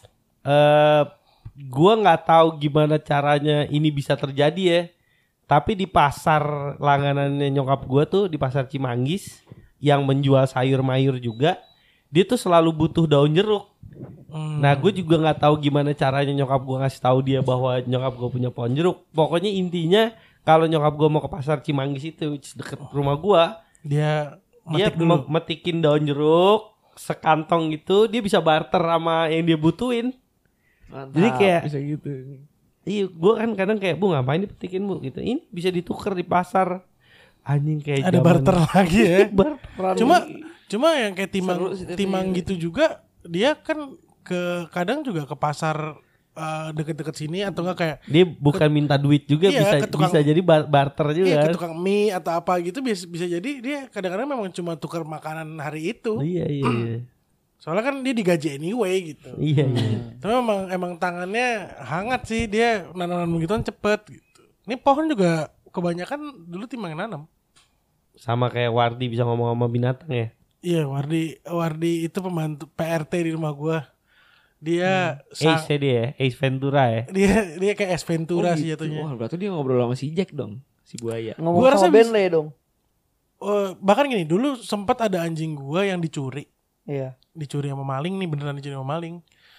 Gue nggak tahu gimana caranya ini bisa terjadi ya. Tapi di pasar langganannya nyokap gue tuh di pasar Cimanggis yang menjual sayur mayur juga, dia tuh selalu butuh daun jeruk. Nah gue juga nggak tahu gimana caranya nyokap gue ngasih tahu dia bahwa nyokap gue punya pohon jeruk. Pokoknya intinya kalau nyokap gue mau ke pasar Cimanggis itu which deket rumah gue,
Dia
dia
metik dulu.
metikin daun jeruk sekantong gitu, dia bisa barter sama yang dia butuhin.
Mantap,
Jadi kayak
bisa gitu.
iya, gue kan kadang kayak bu ngapain dipetikin bu gitu. Ini bisa ditukar di pasar. Anjing kayak
Ada
zaman-
barter lagi ya.
Barteran.
Cuma yang kayak timang
Seru sih tapi
timang
ya.
gitu juga, dia kan kadang juga ke pasar deket-deket sini atau enggak kayak
Dia bukan minta duit juga,
Iya, ke tukang-
bisa jadi barter juga.
iya, ke tukang mie atau apa gitu bisa jadi dia kadang-kadang memang cuma tukar makanan hari itu.
Iya iya iya.
Soalnya kan dia digaji anyway gitu.
Iya iya.
Tapi emang tangannya hangat sih, dia nanam begituan cepet gitu. Ini pohon juga kebanyakan dulu timang yang nanam.
Sama kayak Wardi bisa ngomong sama binatang ya.
Iya, Wardi itu pembantu PRT di rumah gua. Dia
Ace dia, Ace Ventura ya.
dia kayak Es Ventura sih jatuhnya.
Wah, berarti dia ngobrol sama si Jack dong, si buaya.
Ngomong
Gua rasa
sama Bentley dong.
Bahkan gini, dulu sempat ada anjing gua yang dicuri.
Iya.
Dicuri sama maling nih, beneran dicuri sama maling.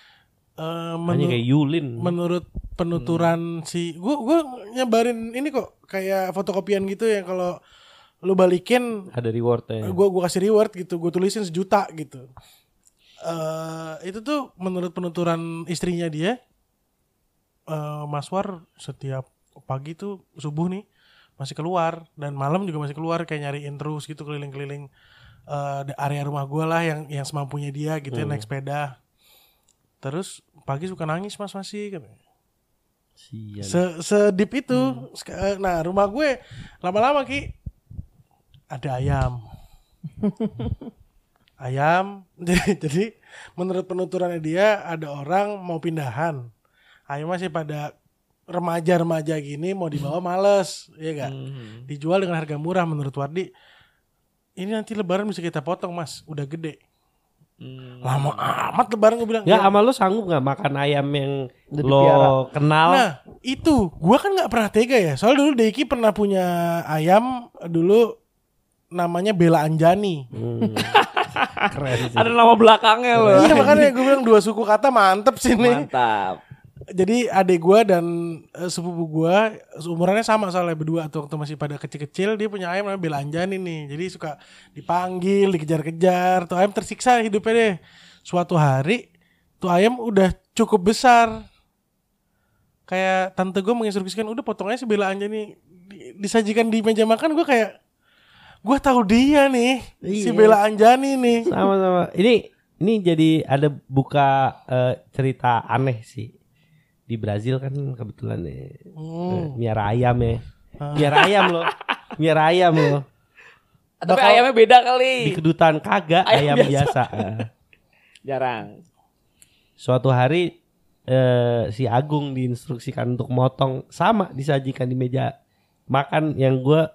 Hanya kayak Yulin.
Menurut penuturan si gua nyebarin ini kok kayak fotokopian gitu ya, kalau lu balikin
Ada rewardnya.
gua kasih reward gitu, gua tulisin 1 juta gitu. Itu tuh menurut penuturan istrinya dia, Mas War setiap pagi tuh subuh nih masih keluar dan malam juga masih keluar kayak nyariin terus gitu keliling-keliling area rumah gua lah yang semampunya dia gitu ya, naik sepeda. Terus pagi suka nangis masih katanya.
Sian.
Sedip itu. Nah, rumah gue lama-lama Ki ada ayam. Ayam. Jadi menurut penuturannya dia ada orang mau pindahan. Ayam masih pada remaja-remaja gini mau dibawa males, ya gak? Dijual dengan harga murah menurut Wardi. Ini nanti lebaran bisa kita potong mas, udah gede. Lama amat lebaran gue bilang.
Ya sama lo sanggup gak makan ayam yang
Udah
lo
dipiara.
kenal?
Nah itu gua kan nggak pernah tega ya. Soalnya dulu Deki pernah punya ayam dulu namanya Bella Anjani.
Keren sih.
Ada nama belakangnya loh.
Iya makanya gue bilang 2 suku kata mantep sih nih.
Mantap.
Jadi adik gua dan sepupu gua umurannya sama soalnya berdua tuh waktu masih pada kecil-kecil, dia punya ayam namanya Bella Anjani nih. Jadi suka dipanggil, dikejar-kejar. Tuh ayam tersiksa hidupnya deh. Suatu hari tuh ayam udah cukup besar. Kayak tante gue menginstruksikan udah potong aja si Bella Anjani, disajikan di meja makan. Gue kayak gue tahu dia nih, si
Iya.
Bella Anjani nih.
Sama-sama. Ini jadi ada buka cerita aneh sih. Di Brazil kan kebetulan miara ayam ya. Miara ayam loh. Miara ayam loh.
Tapi ayamnya beda
Di
kali.
kedutaan kagak
Ayam
ayam biasa.
Jarang.
Suatu hari si Agung diinstruksikan untuk motong, sama disajikan di meja makan yang gue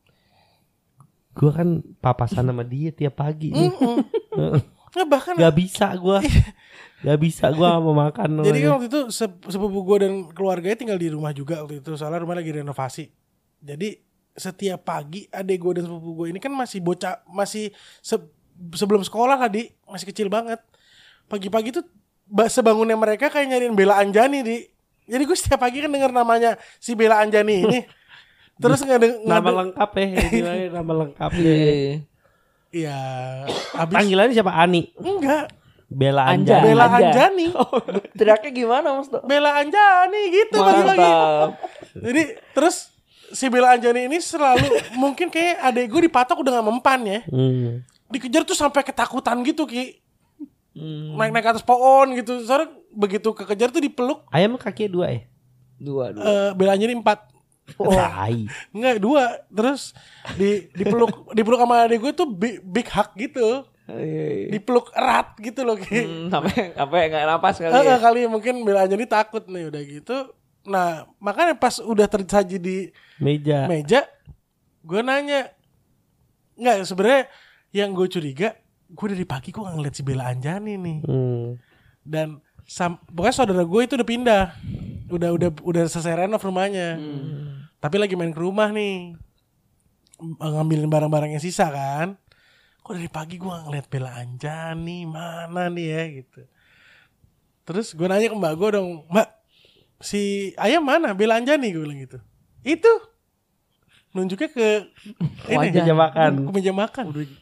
kan papasan sama dia tiap pagi nih.
Nah, bahkan
Gak bisa gue mau makan.
jadi kan
namanya.
waktu itu sepupu gue dan keluarganya tinggal di rumah juga waktu itu. Soalnya rumah lagi renovasi. Jadi setiap pagi adek gue dan sepupu gue ini kan masih bocah, masih sebelum sekolah lah di, masih kecil banget. Pagi-pagi tuh sebangunnya mereka kayak nyariin Bella Anjani di. Jadi gue setiap pagi kan denger namanya si Bella Anjani ini. Terus
nama lengkap ya, istilahnya nama lengkapnya.
Iya, habis
Panggilannya siapa? Ani,
enggak
Bella
Anja.
Anjani.
Bella
Anja.
Anjani.
Teriaknya gimana Mas Do?
Bella Anjani gitu pagi-pagi.
Mantap.
Jadi terus si Bella Anjani ini selalu mungkin kayak adek gue dipatok udah gak mempan ya. Dikejar tuh sampai ketakutan gitu Ki. Naik-naik atas pohon gitu. Soalnya begitu kekejar tuh dipeluk.
Ayam kakinya 2 ya?
Dua.
Bella Anjani 4.
Tai.
Enggak 2. Terus dipeluk sama adik gue tuh big hug gitu. Dipeluk erat gitu loh kayak.
Sampai nggak napas kali ya.
Kali mungkin Bella Anjani takut nih udah gitu. Nah makanya pas udah tersaji di
Meja.
gue nanya, nggak sebenarnya yang gue curiga, gue dari pagi gue nggak ngeliat si Bella Anjani nih. Dan pokoknya saudara gue itu udah pindah, udah selesai renov rumahnya. Tapi lagi main ke rumah nih, ngambilin barang-barang yang sisa kan. Kok dari pagi gue nggak ngeliat Bella Anjani, mana nih ya gitu. Terus gue nanya ke mbak gue dong, Mbak, si Ayam mana? Bella Anjani, gue bilang gitu. Itu nunjuknya ke ini,
Meja makan.
ke meja makan.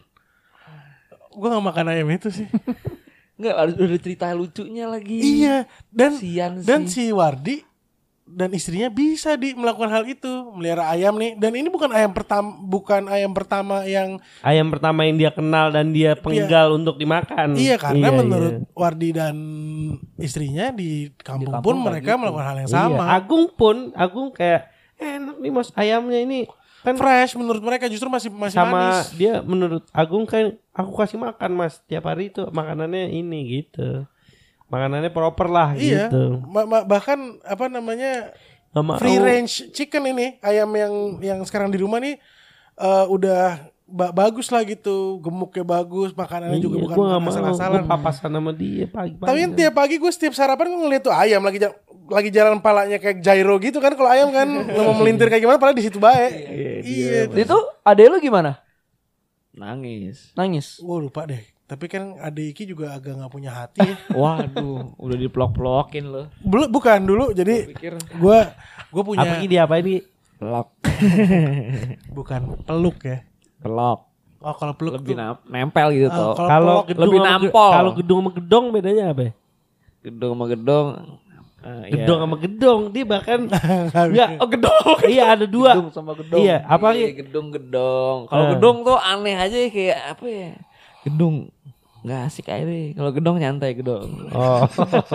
Gue gak makan ayam itu sih.
Enggak, ada cerita lucunya lagi.
Iya.
Sian
Dan
sih.
si Wardi dan istrinya bisa melakukan hal itu, melihara ayam nih. Dan ini bukan ayam pertama yang
Ayam pertama yang dia kenal dan dia penggal untuk dimakan.
iya, karena
Iya,
menurut
iya.
Wardi dan istrinya di kampung
kampung
pun
kan
mereka
gitu.
melakukan hal yang
Iya.
sama.
Agung kayak enak nih mas ayamnya ini kan
Fresh menurut mereka, justru masih
sama
manis.
dia. Menurut Agung kan aku kasih makan mas tiap hari itu makanannya ini gitu, makanannya proper lah
Iya.
gitu.
Bahkan apa namanya,
Nggak mau.
free range chicken ini, ayam yang sekarang di rumah nih udah bagus lah gitu, gemuknya bagus, makanannya juga
Iya,
bukan
gua nggak mau.
asal-asalan.
Gua papasan sama dia pagi-pagi.
Tapi tiap pagi gue setiap sarapan gue ngeliat tuh ayam lagi jalan palanya kayak gyro gitu kan. Kalau ayam kan mau melintir kayak gimana, padahal di situ baik. Iya.
Itu adek lu gimana?
Nangis.
Nangis.
Gue lupa deh. Tapi kan Ade Iki juga agak nggak punya hati ya.
Waduh, udah dipelok-pelokin loh.
Bukan dulu. Jadi
Pikir
gue punya
apa dia apa ini?
pelok.
bukan peluk ya.
Pelok.
Oh kalau peluk
Lebih
tuh
nempel gitu
kalau
tuh.
Kalau
pelok
gedung
lebih
sama
nampol.
Kalau gedung sama gedong bedanya apa?
Gedung sama gedong.
Gedong sama gedong dia bahkan enggak.
Oh gedong.
Iya ada dua.
Gedung sama gedong.
Iya apa
Iya, gedung-gedong. Kalau gedung tuh aneh aja kayak apa ya? Gedung nggak asik aja deh. Kalau gedong nyantai gedong.
Oh.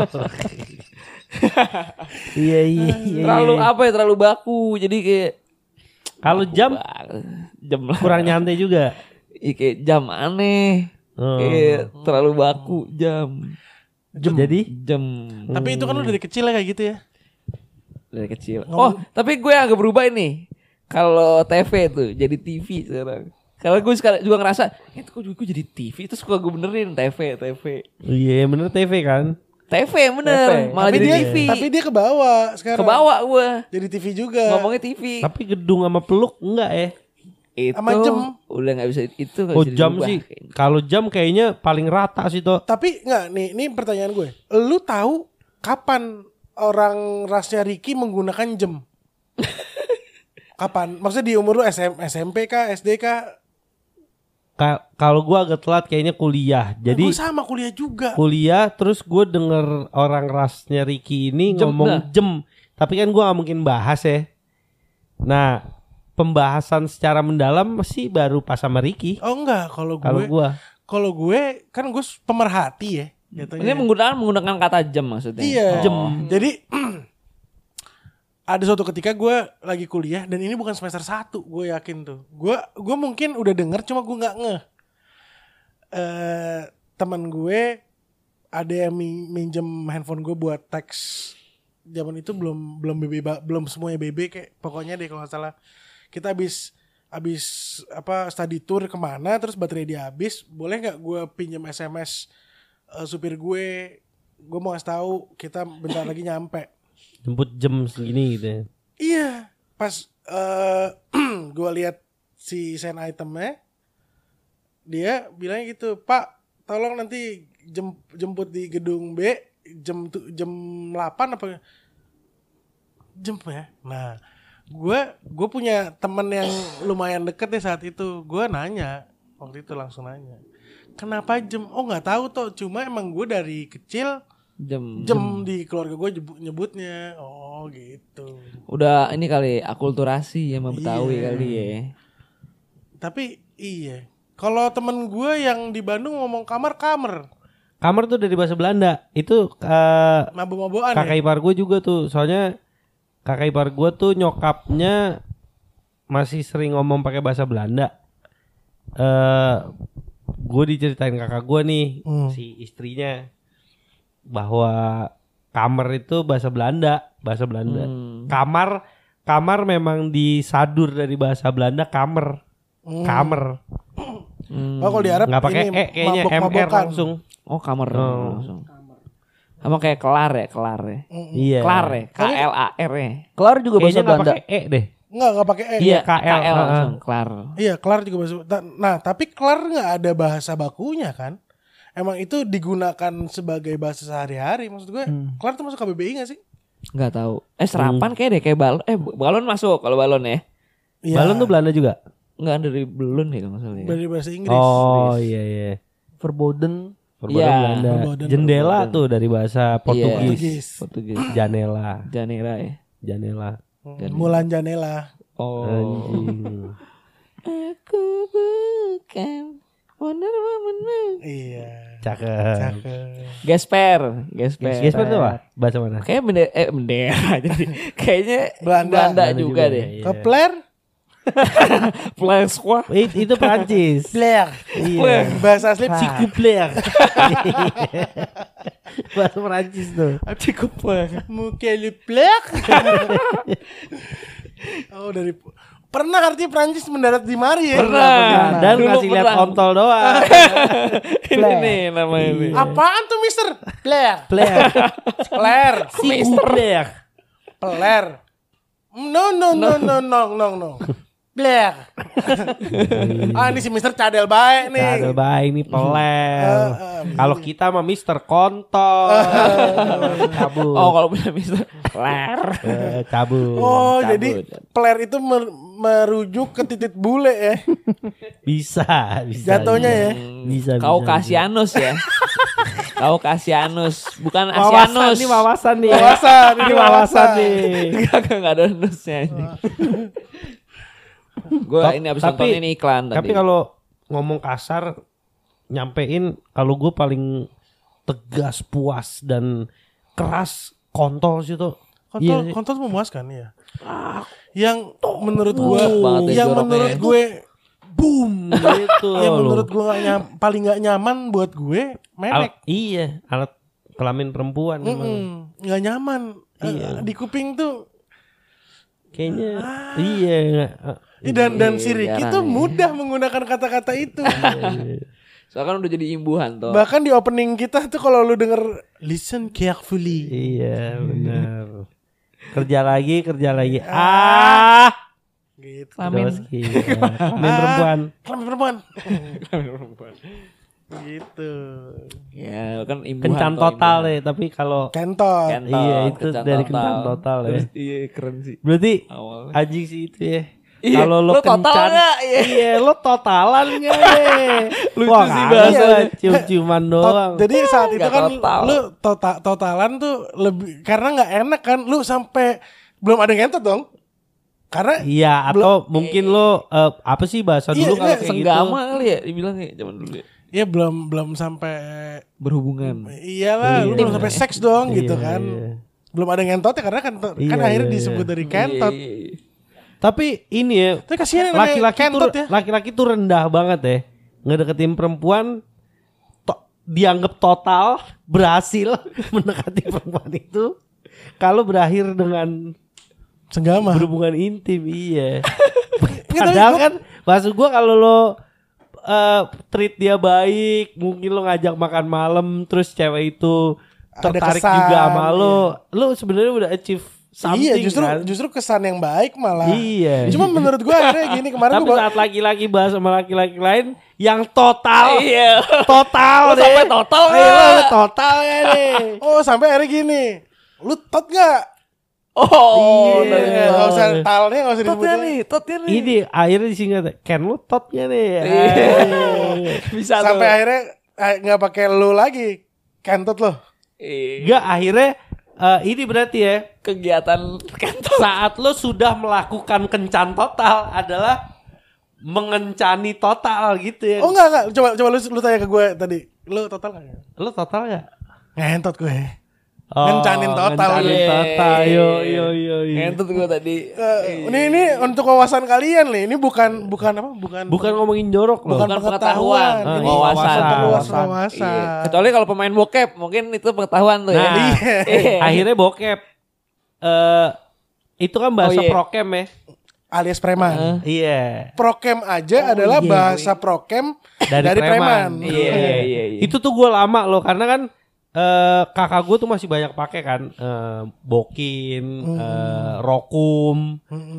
iya.
Terlalu apa ya? Terlalu baku. Jadi kayak
Kalau jam
jam lah.
kurang nyantai juga.
Iya, kayak jam aneh.
Oh.
Kayak terlalu baku jam.
Jadi
Jam
Tapi itu kan lu dari kecil ya kayak gitu ya.
dari kecil. Oh, tapi gue agak berubah ini. Kalau TV tuh jadi TV sekarang. Kalau gue sekarang juga ngerasa, itu kok gue jadi TV. Terus suka gue benerin TV.
iya bener TV kan.
TV bener, malah
Tapi
jadi
dia
TV.
tapi dia ke bawah sekarang.
Kebawa gue
Jadi TV juga.
ngomongnya TV.
Tapi gedung sama peluk enggak ya?
Itu
Sama jam.
udah nggak bisa itu. Nggak
Oh
bisa
jam
dirubah
sih.
kayaknya.
Kalau jam kayaknya paling rata sih toh.
Tapi enggak nih, ini pertanyaan gue. Lu tahu kapan orang rasnya Ricky menggunakan jam? Kapan? Maksudnya di umur lu SMP kah, SD kah?
Kalau gua agak telat kayaknya kuliah. Jadi
Gue sama kuliah juga.
kuliah terus gue denger orang rasnya Ricky ini
Jem
ngomong
dah.
jam. Tapi kan gua gak mungkin bahas ya. Nah pembahasan secara mendalam masih baru pas sama Ricky.
Oh enggak,
Kalau gua
kalau gue kan gue pemerhati ya.
Ini
Jatuhnya.
menggunakan kata jam maksudnya.
Iya.
Jam.
Jadi ada suatu ketika gue lagi kuliah dan ini bukan semester 1, gue yakin tuh. Gue mungkin udah denger cuma gue nggak ngeh. Teman gue ada yang minjem handphone gue buat teks. Zaman itu belum semuanya BB kayak pokoknya deh kalau nggak salah. Kita habis apa study tour kemana terus baterai dia habis. Boleh nggak gue pinjam SMS supir gue mau ngasih tahu kita bentar lagi nyampe.
jemput jam segini gitu ya.
Iya, pas gue lihat si send itemnya, dia bilangnya gitu, Pak, tolong nanti jemput di gedung B jam 8 apa jam ya. Nah, gue punya temen yang lumayan deket deh saat itu. Gue nanya waktu itu langsung nanya, kenapa jam? Oh nggak tahu toh, cuma emang gue dari kecil jam di keluarga gue nyebutnya. Oh gitu.
Udah ini kali akulturasi ya sama Betawi
Iya.
kali ya.
Tapi iya. Kalau temen gue yang di Bandung ngomong kamar.
Kamar tuh dari bahasa Belanda. Itu
Mabuk-mabukan
kakak
ya.
ipar gue juga tuh. Soalnya kakak ipar gue tuh nyokapnya masih sering ngomong pakai bahasa Belanda. Gue diceritain kakak gue nih, si istrinya, bahwa kamar itu bahasa Belanda. Kamar memang disadur dari bahasa Belanda kamar. Kamar.
Oh kalau di Arab
Nggak pakai
ini
kayaknya MR
mabok-mabokan.
langsung.
Oh kamar langsung. Sama kayak kelar ya.
Iya.
Kelar ya. KLAR ya.
Kelar juga bahasa
Kayaknya nggak
Belanda.
pakai deh.
Nggak pakai E.
Iya,
KL langsung. Kelar.
Iya, kelar juga bahasa. Nah, tapi kelar nggak ada bahasa bakunya kan? Emang itu digunakan sebagai bahasa sehari-hari. Maksud gue, kelar tuh masuk KBBI nggak sih?
Nggak tahu. Serapan kayak deh kayak balon. Balon masuk kalau balon ya.
Iya.
Balon tuh Belanda juga.
Nggak dari belum gitu maksudnya.
Dari bahasa Inggris.
Oh iya.
Verboden.
Verboden Belanda.
Verboden.
Jendela tuh dari bahasa Portugis.
Portugis.
Janela.
Janera ya.
Janela.
Mulan Janela.
Oh.
Anjing.
Aku bukan Wonder Woman.
Iya.
Cakep.
Gesper.
Gesper tuh apa? Bahasa mana?
Kayak bendera jadi kayaknya
Belanda.
Belanda juga deh.
Iya.
Kepler.
Flash quoi?
Itu Prancis.
Blair.
Iya.
Bahasa asli
Ciku Blair. Bahasa Prancis tuh.
Ciku Blair.
Mukeli Blair. Oh dari pernah artinya Prancis mendarat di mari ya?
Pernah.
Dan
Dulu
ngasih lihat
pernah.
kontol doang.
Ini nih namanya nih.
Apaan tuh Mister? Blair.
Blair.
Blair.
Ciku Blair.
Blair. No. Blair. Ini si Mister cadel baik nih.
Cadel baik nih peler. Kalau kita mah Mister Kontol. Cabut.
Oh kalau punya Mister Ler.
Cabut.
Oh,
Cabut.
jadi Blair itu merujuk ke titik bule ya.
Bisa.
Jatuhnya ya.
Bisa.
Kaukasianus ya. Kaukasianus bukan
Wawasan
Asianus.
nih, wawasan nih.
Wawasan, ini
Ini wawasan nih.
Enggak ada nusnya ini. Gue ini abis nonton ini iklan tadi.
Tapi kalau ngomong kasar, nyampein kalau gue paling tegas, puas dan keras kontol sih tuh. Iya.
Kontol memuaskan ya. Yang menurut gue,
banget ya
yang
joroknya.
menurut gue,
Boom gitu.
yang
loh.
menurut gue paling nggak nyaman buat gue, memek.
Iya, alat kelamin perempuan memang.
Nggak nyaman.
Iya.
Di kuping tuh.
Kayaknya iya.
Dan si Ricky
jarang
tuh
ya.
mudah menggunakan kata-kata itu.
Soalnya kan udah jadi imbuhan toh.
Bahkan di opening kita tuh kalau lu denger listen carefully.
Iya, benar. Kerja lagi.
Gitu.
Kelamin.
Kelamin perempuan.
Kelamin perempuan. Gitu.
Ya kan imbuhan.
Kencan
toh,
total
imbuhan.
deh, tapi kalau
Kentot.
Kentot,
iya itu
kencan
dari kencan total ya.
Terus, iya keren sih.
Berarti
Awalnya.
anjing sih itu ya.
Iya,
Kalau lo
lo total
kencan,
nggak? Iya.
iya lo totalan nggak deh.
Lucu
Wah,
sih
kagak,
bahasanya.
cium-ciuman doang.
Jadi saat itu
Nggak
kan
total.
lu totalan tuh lebih karena nggak enak kan lu sampai belum ada ngentot dong. Karena
Iya, atau mungkin lo apa sih bahasa
Iya,
dulu kalau
nggak,
kayak gitu?
Senggama kali ya dibilang ya zaman dulu ya.
ya belum sampai
Berhubungan.
iyalah lu
Iya.
belum sampai seks dong gitu
Iya,
kan.
iya.
Belum ada ngentotnya karena kan
Iya,
akhirnya
iya,
disebut
iya.
dari kentot.
Iya.
Tapi ini ya,
Tapi kasihan yang namanya
laki-laki
kentot
tuh
ya.
laki-laki tuh rendah banget ya. Ngedeketin perempuan dianggap total berhasil mendekati perempuan itu kalau berakhir dengan
Senggama.
berhubungan intim, iya.
Nggak, tapi
Padahal
gua-
kan maksud gua kalau lo treat dia baik, mungkin lo ngajak makan malam terus cewek itu
Ada
tertarik
kesan,
juga sama lo,
iya.
lo sebenarnya udah achieve something
Iya,
kan.
justru kesan yang baik malah.
Iya.
Cuma menurut gua akhirnya gini kemarin
Tapi
gua
saat laki-laki bahas sama laki-laki lain yang total,
Iya.
total
Lo
deh.
sampai total
Ayo,
nggak?
lo total ya deh.
oh sampai akhirnya gini. Lu tot gak?
Oh,
Iya.
dari
Nggak usah talnya nggak usah
totnya
disebutin.
nih, totnya nih.
Ini akhirnya disingkat, Ken lu totnya nih.
Iya. Bisa
Sampai
tuh.
akhirnya nggak pakai lu lagi. Kentot lo.
Iya.
Enggak, akhirnya ini berarti ya
Kegiatan kantor.
saat lo sudah melakukan kencan total adalah mengencani total gitu ya.
Oh enggak. Coba lu tanya ke gue tadi. Lu total gak?
Lo total gak?
Ngentot gue. Ngencanin total.
Ngencanin total. Yo.
Ngentut gue tadi.
Ini untuk wawasan kalian nih. Ini bukan
Bukan ngomongin jorok loh.
bukan
Bukan
pengetahuan.
pengetahuan.
Ini
Wawasan.
perluas
Wawasan.
wawasan.
Iya. Kecuali kalau pemain bokep, mungkin itu pengetahuan tuh ya.
Nah, akhirnya bokep. Itu kan bahasa
Oh, iya.
prokem ya.
Alias preman.
Iya.
Prokem aja adalah bahasa prokem dari preman.
Iya.
Itu tuh gue lama loh karena kan kakak gue tuh masih banyak pakai kan bokin, rokum,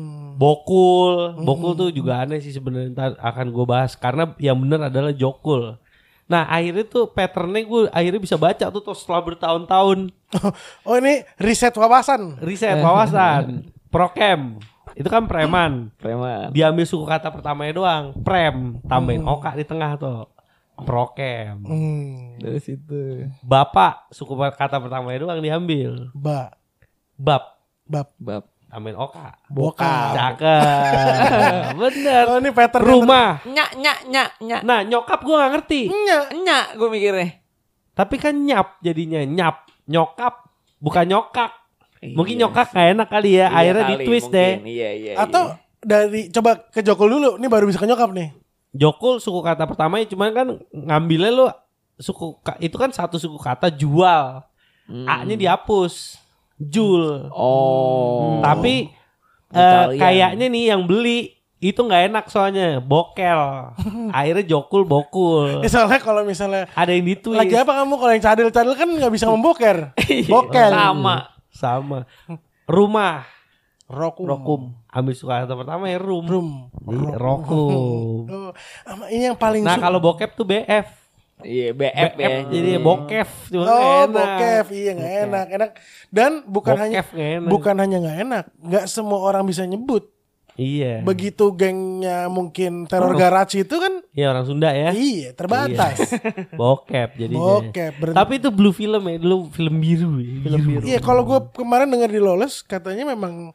bokul tuh juga aneh sih sebenarnya ntar akan gue bahas karena yang bener adalah jokul. Nah akhirnya tuh patternnya gue akhirnya bisa baca tuh setelah bertahun-tahun
Oh ini riset wawasan.
riset wawasan prokem itu kan preman diambil suku kata pertamanya doang prem tambahin oka di tengah tuh prokem.
Dari situ.
Bapak suku kata pertamanya doang diambil. Bab tambahin oka.
Bokap.
Cakep. Bener.
Oh ini pattern.
Rumah.
Nyak.
Nah nyokap gue gak ngerti.
Nyak gue mikirnya.
Tapi kan nyap jadinya. Nyap. Nyokap. Bukan nyokak. Mungkin
Iya
nyokak gak enak kali ya. Akhirnya di twist deh.
Iya.
Atau dari coba ke Jokul dulu. Ini baru bisa ke nyokap nih.
Jokul suku kata pertamanya cuman kan ngambilnya lo itu kan satu suku kata jual. A-nya dihapus. Jul.
Oh.
Tapi
Italian.
kayaknya nih yang beli itu nggak enak soalnya bokel. Akhirnya jokul bokul.
Soalnya kalau misalnya
Ada yang ditwist.
lagi apa kamu kalau yang cadel kan nggak bisa memboker. Bokel.
Sama. Rumah.
Rokum.
Ambil suka kata pertama ya room. Iya, rokum.
Oh, ini yang paling
Nah kalau bokep tuh BF.
Iya, BF ya.
Jadi bokef cuma nggak
Oh
enak.
bokef. Iya gak enak. Dan bukan
Bokef
hanya
nggak enak.
bukan hanya gak enak, gak semua orang bisa nyebut.
Iya.
Begitu gengnya mungkin teror garage itu kan
Iya orang Sunda ya.
iya terbatas.
Bokep jadinya.
Bokep.
Tapi itu blue film ya, dulu film biru. Film biru.
Iya kalau gue kemarin dengar di Lawless katanya memang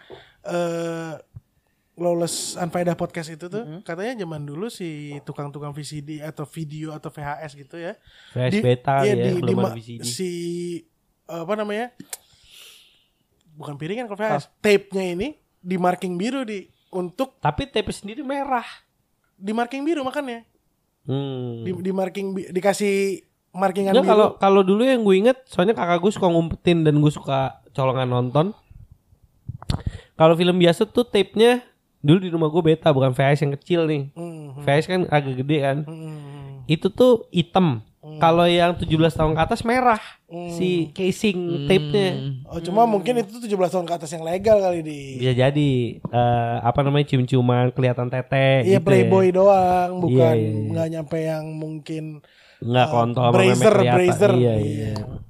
Lawless Unfaedah podcast itu tuh katanya zaman dulu si tukang-tukang VCD atau video atau VHS gitu ya.
VHS beta
iya,
ya, belum ada VCD.
Si apa namanya? Bukan piringan kalau VHS, tape-nya ini di marking biru untuk
Tapi tape sendiri merah.
di marking biru makanya.
Hmm.
Di marking dikasih markingan
Nggak,
biru.
kalau dulu yang gue inget, soalnya kakak gue suka ngumpetin dan gue suka colongan nonton. Kalau film biasa tuh tape-nya dulu di rumah gue beta, bukan VHS yang kecil nih. VHS kan agak gede kan. Itu tuh hitam. Kalau yang 17 tahun ke atas merah. Si casing tape-nya.
Oh, cuma mungkin itu 17 tahun ke atas yang legal kali di.
Bisa jadi apa namanya cium-ciuman kelihatan tete
Iya
gitu
Playboy
ya.
doang, bukan
Iya.
nggak nyampe yang mungkin
Nggak kontol sama
brazier,
memek kelihatan.
brazier.
Iya.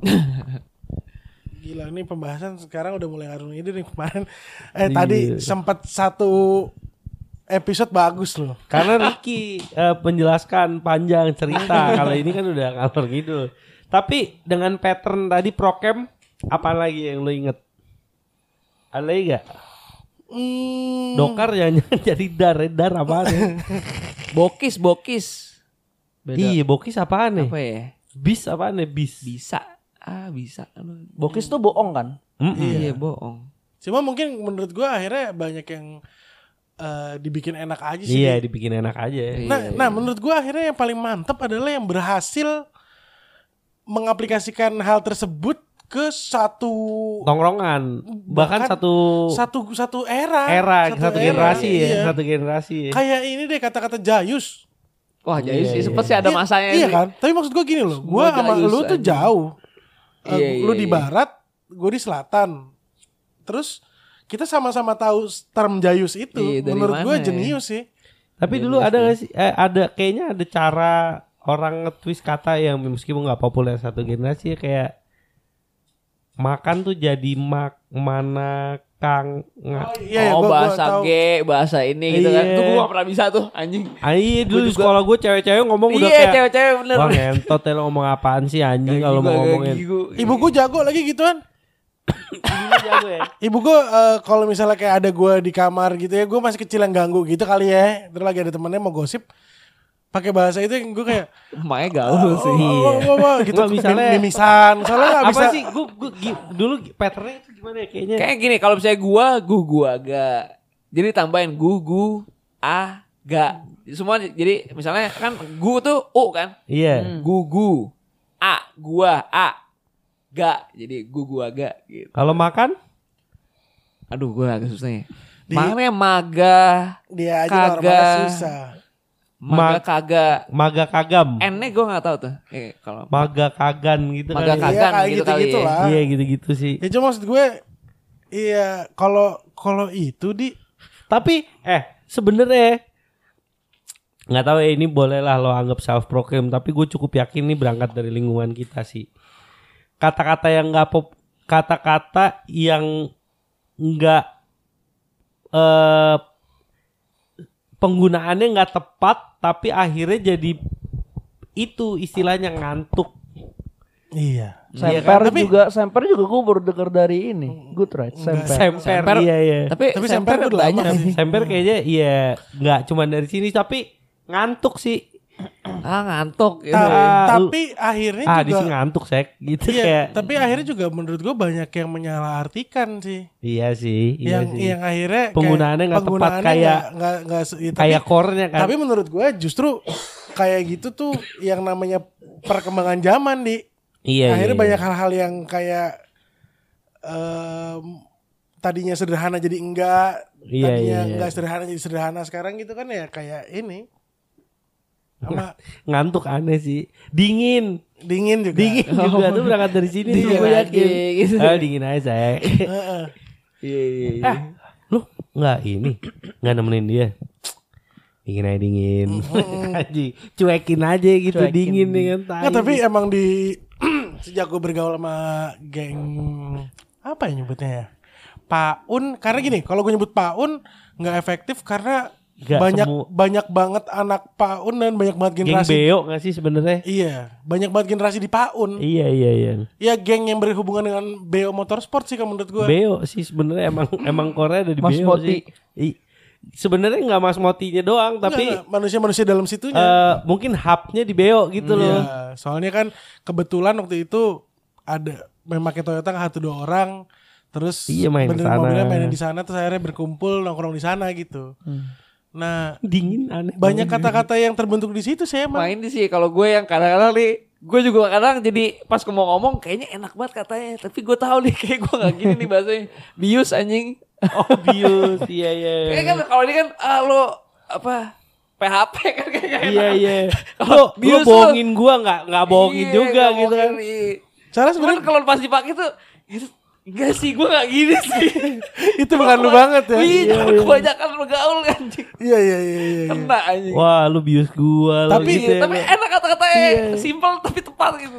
Gila ini pembahasan sekarang udah mulai ngaruh ide nih kemarin. Tadi sempat satu episode bagus loh.
Karena Ricky menjelaskan panjang cerita. Kalau ini kan udah ngalor gitu. Tapi dengan pattern tadi prokem, apa lagi yang lo inget? Ada lagi gak? Dokar jangan jadi dar apaan ya?
Bokis. Beda.
Iya bokis apaan nih?
Apa ya?
Bis apaan nih? Bis.
Bisa. Bisa.
Bokis tuh bohong kan?
Iya, bohong.
Cuma mungkin menurut gua akhirnya banyak yang dibikin enak aja sih.
Iya dibikin enak aja.
Nah, menurut gua akhirnya yang paling mantap adalah yang berhasil mengaplikasikan hal tersebut ke satu
Tongkrongan. Bahkan
satu era,
satu generasi ya.
iya.
Satu generasi ya.
Kayak ini deh kata-kata Jayus.
Wah, jadi sih sempet sih ada masanya
Iya
sih.
kan? Tapi maksud gua gini loh, gua
Semua
sama
Jayus
lu tuh
aja.
jauh.
Iya,
Lu di
iya.
barat, gua di selatan. Terus kita sama-sama tahu term Jayus itu.
Iya, dari
Menurut gua
mana ya?
jenius sih.
Tapi dulu ada gak sih? Kayaknya ada cara orang nge-twist kata yang meskipun nggak populer satu generasi ya, kayak makan tuh jadi mana kang
Iya,
Oh,
gua
bahasa
tahu.
G, bahasa ini gitu kan.
Iya.
Tuh gue gak pernah bisa tuh, anjing.
dulu
Gua
di
juga.
sekolah gue cewek-cewek ngomong udah
Iya,
kayak
cewek-cewek bener.
wah ngentot ya lo ngomong apaan sih anjing kalau mau ngomongin.
Ibu gua jago lagi gituan.
Jago ya.
Ibu gue kalau misalnya kayak ada gue di kamar gitu ya, gue masih kecil yang ganggu gitu kali ya. Terus lagi ada temennya mau gosip, pakai bahasa itu yang gue kayak
Makanya gaul sih.
gitu.
Nggak, misalnya-
mimisan. Soalnya nggak
Apa
bisa.
sih? Gue dulu patternnya itu gimana ya kayaknya?
Kayak gini, kalau misalnya gua agak. Jadi tambahin gu aga. Semua jadi misalnya kan gu tuh u kan?
Iya.
Gu a gua a ga. Jadi gu aga gitu.
Kalau makan?
Aduh, gue agak susah ya. Makanya maga,
Dia aja
kagak.
orang-orang susah.
maga kagak.
Maga kagam.
N-nya gue nggak tahu tuh. Kalau
Maga kagan gitu
Maga
kali.
kagan
Iya, kayak
gitu kali
gitu-gitu
ya.
lah.
Iya gitu-gitu sih.
Ya cuma maksud gue, iya kalau itu
Tapi sebenarnya nggak tahu ya, ini bolehlah lo anggap self proclaim, tapi gue cukup yakin ini berangkat dari lingkungan kita sih. Kata-kata yang nggak kata-kata yang nggak penggunaannya nggak tepat, tapi akhirnya jadi itu istilahnya ngantuk.
iya.
Semper juga gue baru denger dari ini. Good right, semper.
Semper, iya.
Tapi
Tapi
semper
semper udah
banyak
lama
sih.
Semper kayaknya iya nggak cuma dari sini, tapi ngantuk sih.
Ngantuk gitu.
Tapi akhirnya
Di sini
juga
ngantuk sek gitu
iya,
kayak.
tapi akhirnya juga menurut gue banyak yang menyalahartikan sih.
Iya sih, iya sih.
Yang akhirnya
Penggunaannya nggak tepat,
penggunaannya
kayak
nggak ya,
kayak core-nya kan.
Tapi menurut gue justru kayak gitu tuh yang namanya perkembangan zaman
Iya.
akhirnya
iya,
banyak
iya.
hal-hal yang kayak tadinya sederhana jadi enggak,
Iya,
tadinya
iya.
enggak sederhana jadi sederhana sekarang gitu kan ya kayak ini sama
Ngantuk aneh sih. Dingin
dingin juga.
juga tuh berangkat dari sini sih
Dingin
gue
aja,
yakin.
gitu.
Dingin aja saya.
Heeh.
Iya.
Lu nggak nggak nemenin dia. Dingin aja dingin. Haji, cuekin aja gitu.
Cuekin.
Dingin nih kan.
Nggak, tapi emang di sejak gue bergaul sama geng apa ya nyebutnya ya, Paun, karena gini kalau gue nyebut Paun nggak efektif karena
Nggak
banyak banget anak Paun dan banyak banget
geng
generasi.
beo nggak sih sebenarnya?
Iya, banyak banget generasi di Paun.
Iya.
Ya geng yang berhubungan dengan Beo Motorsport sih kalau menurut gue.
Beo sih sebenarnya emang Korea ada di
Mas
Beo
Moti.
sih. Sebenarnya nggak Mas Motinya doang, tapi
Nggak, manusia-manusia dalam situnya.
mungkin hubnya di Beo gitu loh.
Iya, soalnya kan kebetulan waktu itu ada memakai Toyota kan 1-2 orang, terus
Iya, main
benerin
kesana.
mobilnya main di sana, terus akhirnya berkumpul nongkrong di sana gitu. Nah,
Dingin aneh.
banyak kata-kata yang terbentuk di situ sih emang.
Main sih kalau gue yang kadang-kadang nih, gue juga kadang jadi pas gue mau ngomong kayaknya enak banget katanya, tapi gue tahu nih kayak gue nggak gini nih bahasanya, bius anjing.
Oh bius, iya.
Kayak kan kalau ini kan lo apa PHP kan kayak
Iya.
Kalau
Lo
bius
bohongin gua nggak bohongin juga gitu kan.
Soalnya
Cuman
sebenarnya
kalau pas dipakai tuh gitu, enggak sih gue nggak gini sih.
itu bukan lu banget ya.
Iya, kebanyakan lo gaul anjing.
Iya.
Kena anjing.
Wah, lu bius gua.
Tapi-
lu gitu ya,
Tapi
lu.
enak kata-katanya simple tapi tepat gitu.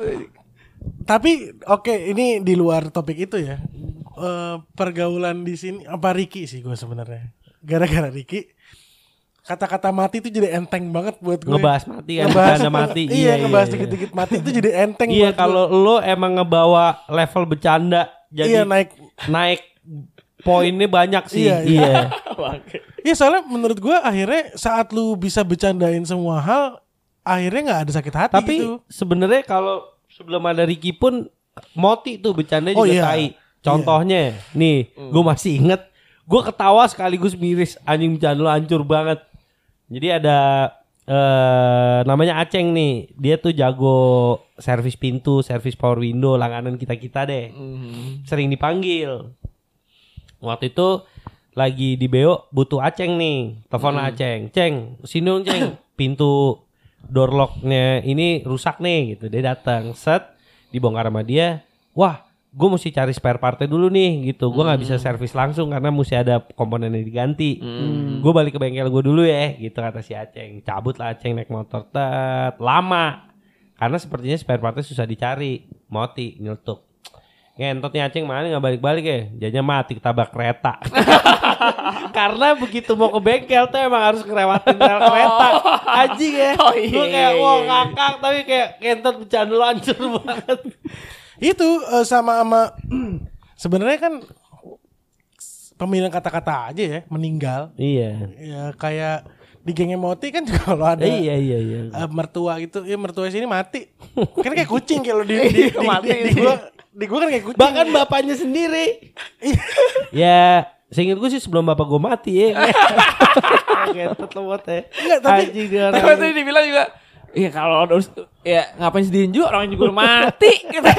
Tapi oke, ini di luar topik itu ya. Pergaulan di sini apa Ricky sih gue sebenarnya. Gara-gara Ricky kata-kata mati itu jadi enteng banget buat gue.
Ngebahas mati kan, bercanda mati.
Iya, ngebahas dikit-dikit mati itu jadi enteng
Iya,
buat gue.
kalau lo emang ngebawa level bercanda
Iya,
jadi
naik.
poinnya banyak sih.
Iya.
Iya.
Iya, soalnya menurut gue akhirnya saat lu bisa bercandain semua hal, akhirnya nggak ada sakit hati
Tapi
gitu.
sebenarnya kalau sebelum ada Ricky pun Moti tuh bercanda
Oh,
juga
iya.
tai. Contohnya nih, gue masih inget, gue ketawa sekaligus miris, anjing bercanda lo hancur banget. Jadi ada namanya Aceng nih, dia tuh jago servis pintu, servis power window, langganan kita deh. Sering dipanggil. Waktu itu lagi di Beo butuh Aceng nih, telepon Aceng, Ceng, sini dong Ceng, pintu door locknya ini rusak nih gitu. Dia datang, set, dibongkar sama dia. Wah, gue mesti cari spare partnya dulu nih gitu. Gue nggak bisa servis langsung karena mesti ada komponen yang diganti. Gue balik ke bengkel gue dulu ya, gitu kata si Aceng. Cabut lah Aceng naik motor, lama karena sepertinya spare partnya susah dicari. Moti nyeletuk, ngentot nih Aceng mana nggak balik-balik ya, jadinya mati ketabrak kereta. Karena begitu mau ke bengkel tuh emang harus ngelewatin rel kereta. Anjing ya. Gue kayak wah ngakak, tapi kayak kentot bercanda lu hancur banget.
Itu sama sebenarnya kan pemilihan kata-kata aja ya, meninggal.
Iya.
Ya kayak di gengnya Moti kan juga kalau ada
Iya.
mertua gitu, ya mertua sini mati. Kan kayak kucing kalau di gua kan kayak kucing.
Bahkan bapaknya sendiri. Ya, seingat gue sih sebelum bapak gue mati ya. Ngetet lo buat ya.
Enggak, tapi
Anjing dia
Tapi
orang.
tadi dibilang juga, iya kalau harus ya ngapain sedihin juga orang juga udah mati gitu.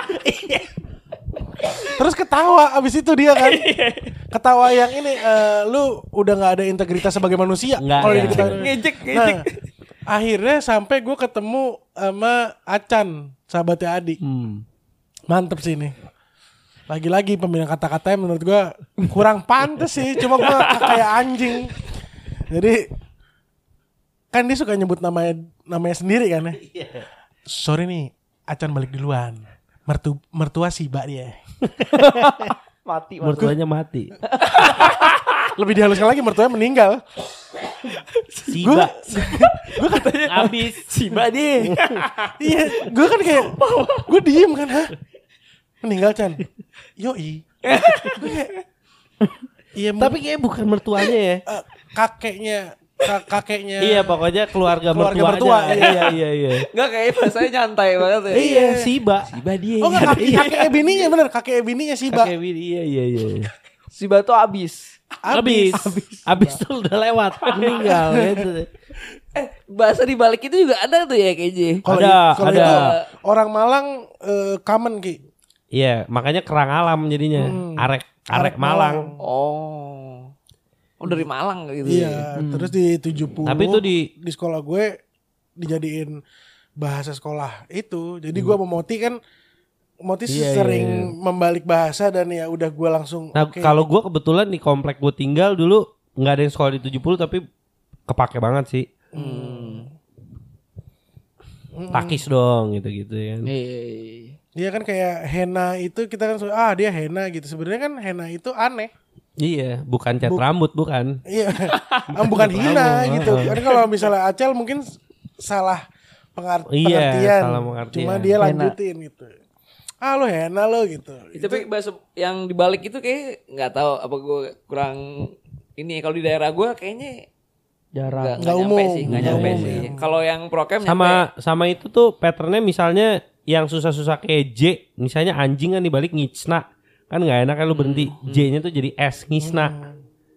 terus ketawa abis itu dia kan. Ketawa yang ini lu udah nggak ada integritas sebagai manusia.
Nggak,
Kalau
nggak.
diketawain.
Ngejek.
Nah, akhirnya sampai gue ketemu sama Acan, sahabatnya Adi. Mantep sih ini. Lagi-lagi pemilihan kata-katanya menurut gue kurang pantas sih. Cuma gue kayak anjing. Jadi kan dia suka nyebut namanya sendiri kan ya. Sorry nih, Acan balik duluan. Mertua si Mbak dia.
Mati.
Mertuanya mati.
Lebih dihaluskan lagi mertuanya meninggal.
Siba.
Gue katanya
Abis.
Siba deh.
iya, gue kan kayak gue diem kan, hah? Meninggal Chan. Yoi. Gua kayak, iya,
Tapi kayaknya bukan mertuanya ya.
kakeknya.
Iya, pokoknya keluarga
Keluarga
mertua
mertua,
aja. Iya.
Enggak kayak bahasanya nyantai banget ya.
Iya, Siba.
Siba dia.
Oh enggak, kakeknya bininya bener, kakeknya bininya sih, Mbak.
Kakek Widi, iya.
Si Batu abis.
Abis tuh udah lewat, meninggal gitu.
Bahasa di balik itu juga ada tuh ya kayaknya.
Kalau
Ada.
itu orang Malang common Ki.
Iya, makanya kerang alam jadinya. Arek Malang.
Oh dari Malang gitu.
Iya, terus di 70.
Tapi itu
di sekolah gue dijadiin bahasa sekolah itu. Jadi gue sama Moti kan
Iya,
sering membalik bahasa dan ya udah gue langsung
Nah,
oke.
kalau gue kebetulan di komplek gue tinggal dulu nggak ada yang sekolah di 70 tapi kepake banget sih. Takis dong gitu-gitu ya.
Dia kan kayak henna itu kita kan dia henna gitu. Sebenarnya kan henna itu aneh.
Iya, bukan cat rambut bukan.
Iya. Bukan hina gitu. Kan kalau misalnya Acel mungkin salah pengertian.
salah pengertian.
Cuma dia lanjutin gitu. Lo henna lo gitu.
Tapi bahasa yang dibalik itu kayak nggak tahu apa gue kurang ini. Kalau di daerah gue kayaknya
Jarang.
Nggak
nyampe
umum.
sih, nggak nyampe sih. Kalau yang prokem
Sama itu tuh patternnya misalnya yang susah-susah kayak J, misalnya anjing kan dibalik ngicna. Kan nggak enak kan lu berhenti J-nya tuh jadi S ngisna.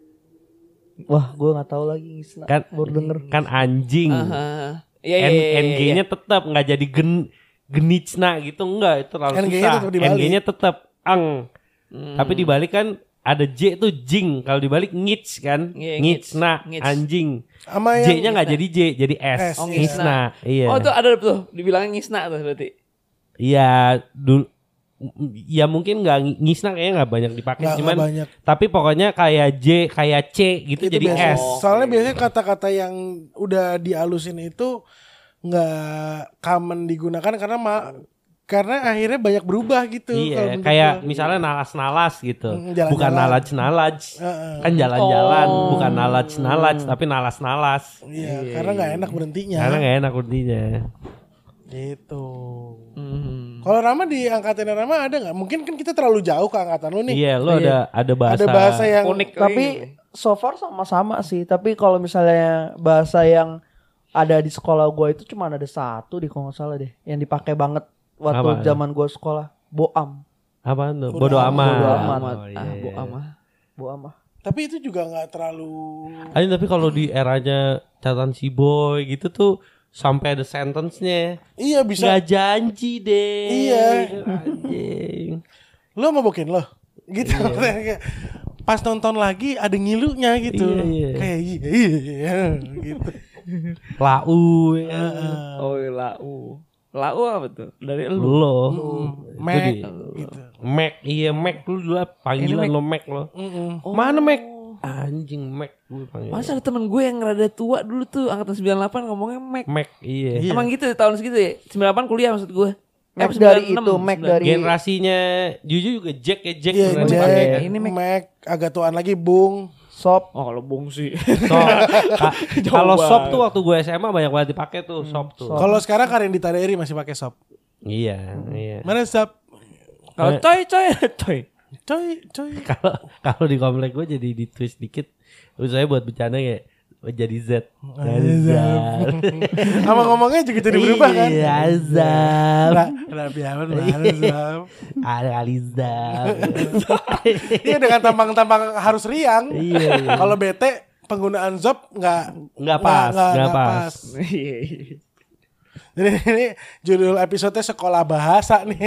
Wah, gue nggak tahu lagi Ngisna.
Kan
Baru denger.
kan anjing.
Iya.
NG-nya tetap nggak jadi genicna gitu, enggak, itu terlalu
NG-nya
susah.
tetap dibalik.
NG-nya tetap ang. Tapi dibalik kan ada J tuh jing, kalau dibalik ngits kan.
Iya,
Ngitsna
ngits.
anjing.
Sama yang
J-nya nggak jadi J, jadi S.
S,
Ngisna. Iya.
Oh tuh ada tuh dibilangnya ngisna tuh berarti.
Iya, dulu ya mungkin nggak ngisna kayaknya nggak banyak dipakai,
Nggak
cuman
banyak.
tapi pokoknya kayak J, kayak C gitu
itu
jadi
biasa.
S.
Soalnya biasanya kata-kata yang udah dialusin itu nggak common digunakan karena akhirnya banyak berubah gitu. kalau
Iya,
menurut
kayak
gua.
misalnya nalas-nalas gitu.
Jalan-jalan.
Bukan nalaj-nalaj. Kan jalan-jalan, bukan nalaj-nalaj, tapi nalas-nalas.
Iya, karena nggak enak berhentinya.
Karena nggak enak urdinya.
Gitu. Kalau Rama di angkatan Rama ada nggak? Mungkin kan kita terlalu jauh ke angkatan lu nih.
Iya, lu ada bahasa.
Ada bahasa yang
Unik.
Tapi so far sama-sama sih. Tapi kalau misalnya bahasa yang ada di sekolah gue itu cuma ada satu di kalau nggak salah deh, yang dipakai banget waktu
Apa?
zaman gue sekolah. Boam.
Apaan tuh? Bodo amat.
Bodo amat.
Oh, iya, iya.
Boam ah.
tapi itu juga nggak terlalu.
Ayo, tapi kalau di eranya catatan si boy gitu tuh sampai ada sentence-nya.
Iya bisa.
Nggak janji deh.
Iya.
Anjing.
Lo mau bokin lo? Gitu. Kayak pas nonton lagi ada ngilunya gitu.
Iya.
Kayak iya gitu.
Lau ya.
Oh lau. Lau apa tuh? Dari elu.
Lo.
Mac
Itu
gitu.
Mac, iya Mac lu dulu panggilan lo Mac lo. Mana Mac? Anjing Mac gue panggil.
Masa ada temen gue yang rada tua dulu tuh angkatan 98 ngomongnya Mac.
Mac iya.
Emang gitu tahun segitu ya? 98 kuliah maksud gue.
Mac
Apa,
dari
96,
itu, Mac dari
Generasinya Juju juga Jack ya Jack.
Iya,
beneran
Jack,
dipakai kan.
Ini
Mac agak tuaan lagi Bung.
Sop.
Oh kalau bung sih.
So, kalau sop tuh waktu gue SMA banyak banget dipakai tuh sop tuh.
Kalau sekarang Karin Ditaderi masih pakai sop.
Iya.
Mana sop?
Kalau coy.
Coy.
Kalau di komplek gue jadi di twist dikit. Terus saya buat bercanda kayak jadi Z.
Azab. Sama ngomongnya juga jadi berubah kan.
Iya, Azab.
Rapi aman Azab.
Ada Alizab.
Iya dengan tampang-tampang harus riang.
Iya.
Kalau bete penggunaan zob
Nggak pas.
Iya, iya.
Jadi ini judul episode sekolah bahasa nih.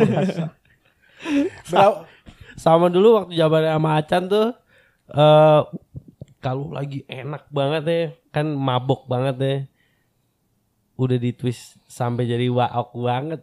Sama dulu waktu zamannya sama Acan tuh kalau lagi enak banget ya, kan mabok banget ya. Udah ditwist sampai jadi waok banget.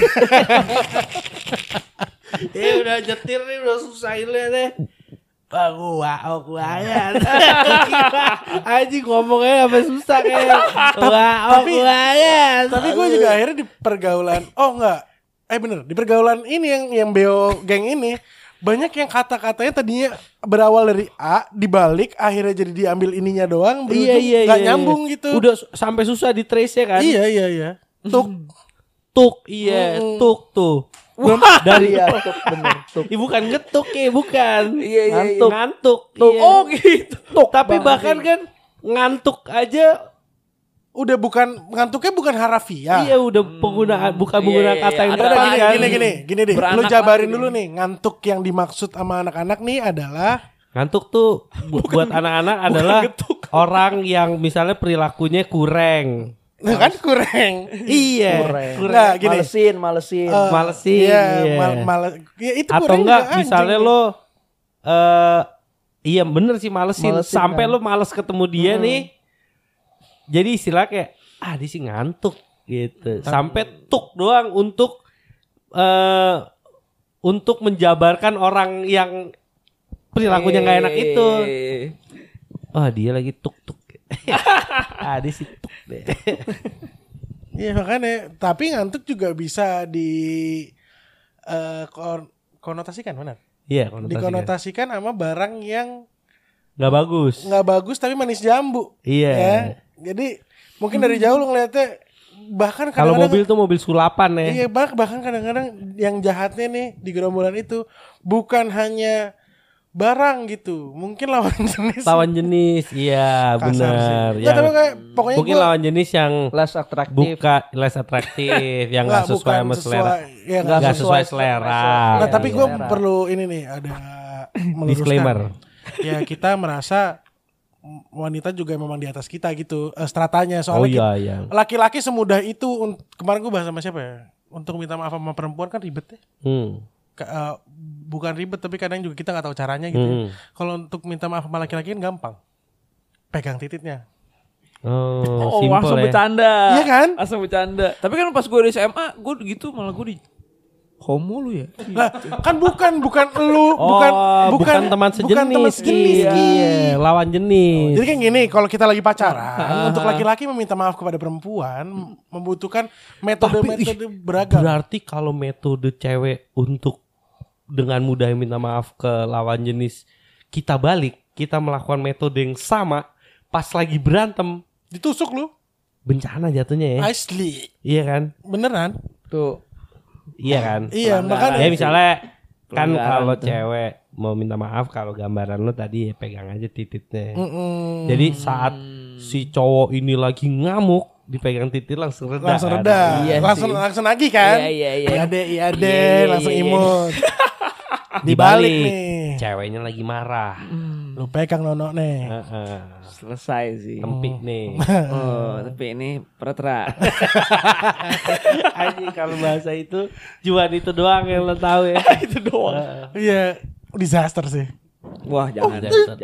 Udah nyetir nih udah susah deh. Aku waok banget. Anjing ngomongnya apa susah kayak waok banget.
Tapi gue juga akhirnya di pergaulan. Oh enggak. Bener di pergaulan ini yang Beo geng ini banyak yang kata-katanya tadinya berawal dari A dibalik akhirnya jadi diambil ininya doang berujung nggak nyambung gitu.
Udah sampai susah di trace ya kan.
Iya.
Tuk tuk tuh.
Dari tuk bener tuk.
Bukan ngetuk ya, bukan.
Iya.
Ngantuk.
Tuh,
Iya.
oh gitu.
Tapi bahkan kan ngantuk aja
udah bukan ngantuknya bukan harafiah.
iya udah penggunaan bukan menggunakan kata yang
Ada
tepat kan.
Gini deh. Lu
Beranak
jabarin
lagi
dulu nih. Ngantuk yang dimaksud sama anak-anak nih adalah
Ngantuk tuh buat anak-anak adalah orang yang misalnya perilakunya kurang.
nah kan kurang.
Iya.
Kurang.
Nah, gini.
Malesin.
Malesin.
Iya,
Iya.
ya itu
Atau
kurang
enggak
juga anjing.
misalnya lo iya bener sih malesin sampai
kan.
lo males ketemu dia nih. Jadi istilah kayak dia sih ngantuk gitu. Sampai tuk doang untuk menjabarkan orang yang perilakunya nggak enak itu. Dia lagi tuk. Dia sih tuk deh.
Iya makanya. Tapi ngantuk juga bisa konotasikan benar.
Iya,
Dikonotasikan sama barang yang
nggak bagus.
nggak bagus tapi manis jambu.
Iya.
Ya. Jadi mungkin dari jauh lu ngeliatnya bahkan
Kalau
kadang-kadang
mobil tuh mobil sulapan ya.
iya bahkan kadang-kadang yang jahatnya nih di gerombolan itu bukan hanya barang gitu, mungkin lawan jenis.
Lawan jenis, iya
Kasar
benar.
sih. Nggak, tapi kayak pokoknya
Mungkin
gua-
lawan jenis yang
Less atraktif.
less atraktif, yang nggak sesuai
bukan
sama selera,
ya,
nggak sesuai selera.
Nah, tapi gue
selera.
perlu ini nih ada meluruskan.
Disclaimer.
Ya kita merasa wanita juga memang di atas kita gitu stratanya soalnya
Iya.
laki-laki semudah itu. Kemarin gue bahas sama siapa ya, untuk minta maaf sama perempuan kan ribet ya. Bukan ribet tapi kadang juga kita nggak tahu caranya gitu ya. Kalau untuk minta maaf sama laki-laki kan gampang, pegang titiknya.
Oh,
langsung
simple ya.
bercanda.
Iya kan?
Langsung bercanda. Tapi kan pas gue di SMA, gue gitu malah gue di homo lu ya.
Lah kan bukan lu,
bukan teman sejenis. Iya, lawan jenis.
Jadi kan gini, kalau kita lagi pacaran, untuk laki-laki meminta maaf kepada perempuan membutuhkan metode-metode beragam.
Berarti kalau metode cewek untuk dengan mudah minta maaf ke lawan jenis, kita balik, kita melakukan metode yang sama pas lagi berantem,
Ditusuk lu.
bencana jatuhnya ya.
Asli.
Iya kan?
Beneran.
Tuh.
Iya kan?
Iya, makanya
Ya misalnya kan
Pelanggaran
kalau
tuh.
cewek mau minta maaf kalau gambaran lu tadi ya pegang aja titiknya.
Mm-mm.
Jadi saat si cowok ini lagi ngamuk dipegang titik langsung reda.
langsung
kan?
reda.
Iya
langsung
sih.
langsung nagih kan?
Iya.
Iya deh,
Iya,
langsung
iya.
imut.
Dibalik
nih.
ceweknya lagi marah.
Lu pegang nono nih.
Heeh.
Selesai sih.
Tempik nih.
Oh, tapi ini pertra.
Anjing kalau bahasa itu cuma itu doang yang lo tahu ya.
Itu doang.
Iya, disaster sih.
Wah, jangan.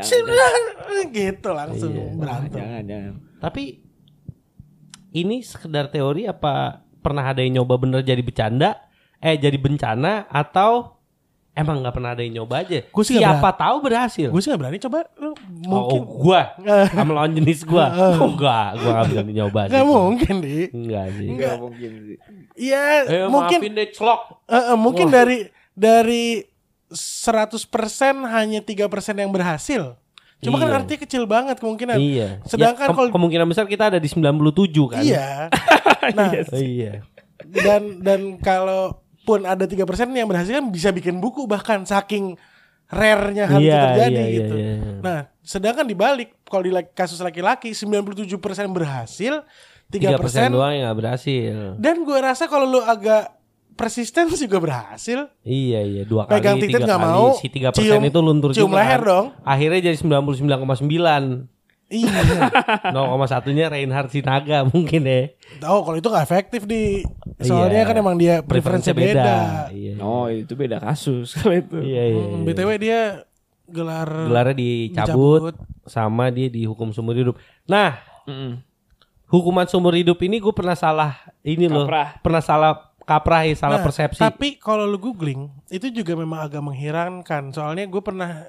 Gitu langsung
Iya.
berantem.
Jangan.
Tapi ini sekedar teori apa pernah ada yang nyoba bener jadi bercanda? Jadi bencana atau emang nggak pernah ada yang nyoba aja?
Gua sih nggak
Siapa tahu berhasil?
Gue sih gak berani coba. Lu mungkin.
Gua sama lawan jenis gua. Gua gak berani nyoba sih.
Gak mungkin, Di.
Enggak sih.
Enggak mungkin sih.
Iya, mungkin
maafin deh celok.
mungkin dari 100% hanya 3% yang berhasil. Cuma kan
Iya.
artinya kecil banget kemungkinan.
Iya.
Sedangkan
Ya,
kalau
kemungkinan besar kita ada di 97 kan.
iya. Nah,
Iya.
dan kalaupun ada 3% yang berhasil kan bisa bikin buku bahkan saking rare-nya hal itu
Iya,
terjadi
iya,
gitu.
iya.
Nah, sedangkan dibalik kalau di kasus laki-laki 97% berhasil,
3%
3%
doang yang gak berhasil.
dan gue rasa kalau lu agak persisten juga berhasil.
Iya 2 kali,
Pegang titik
3
nggak
kali,
mau,
si 3% itu luntur
cium
juga.
leher
kan.
dong.
Akhirnya jadi 99,9.
Iya.
0,1-nya Reinhard Sinaga mungkin ya.
Oh, kalau itu nggak efektif di soalnya
Iya.
kan emang dia preferensinya beda.
Iya.
Oh itu beda kasus kalau itu.
Iya.
BTW dia
Gelarnya dicabut sama dia dihukum seumur hidup. Nah, hukuman seumur hidup ini gue pernah salah ini loh. Pernah salah kaprah ya, salah persepsi.
Tapi kalau lu googling itu juga memang agak mengherankan. Soalnya gue pernah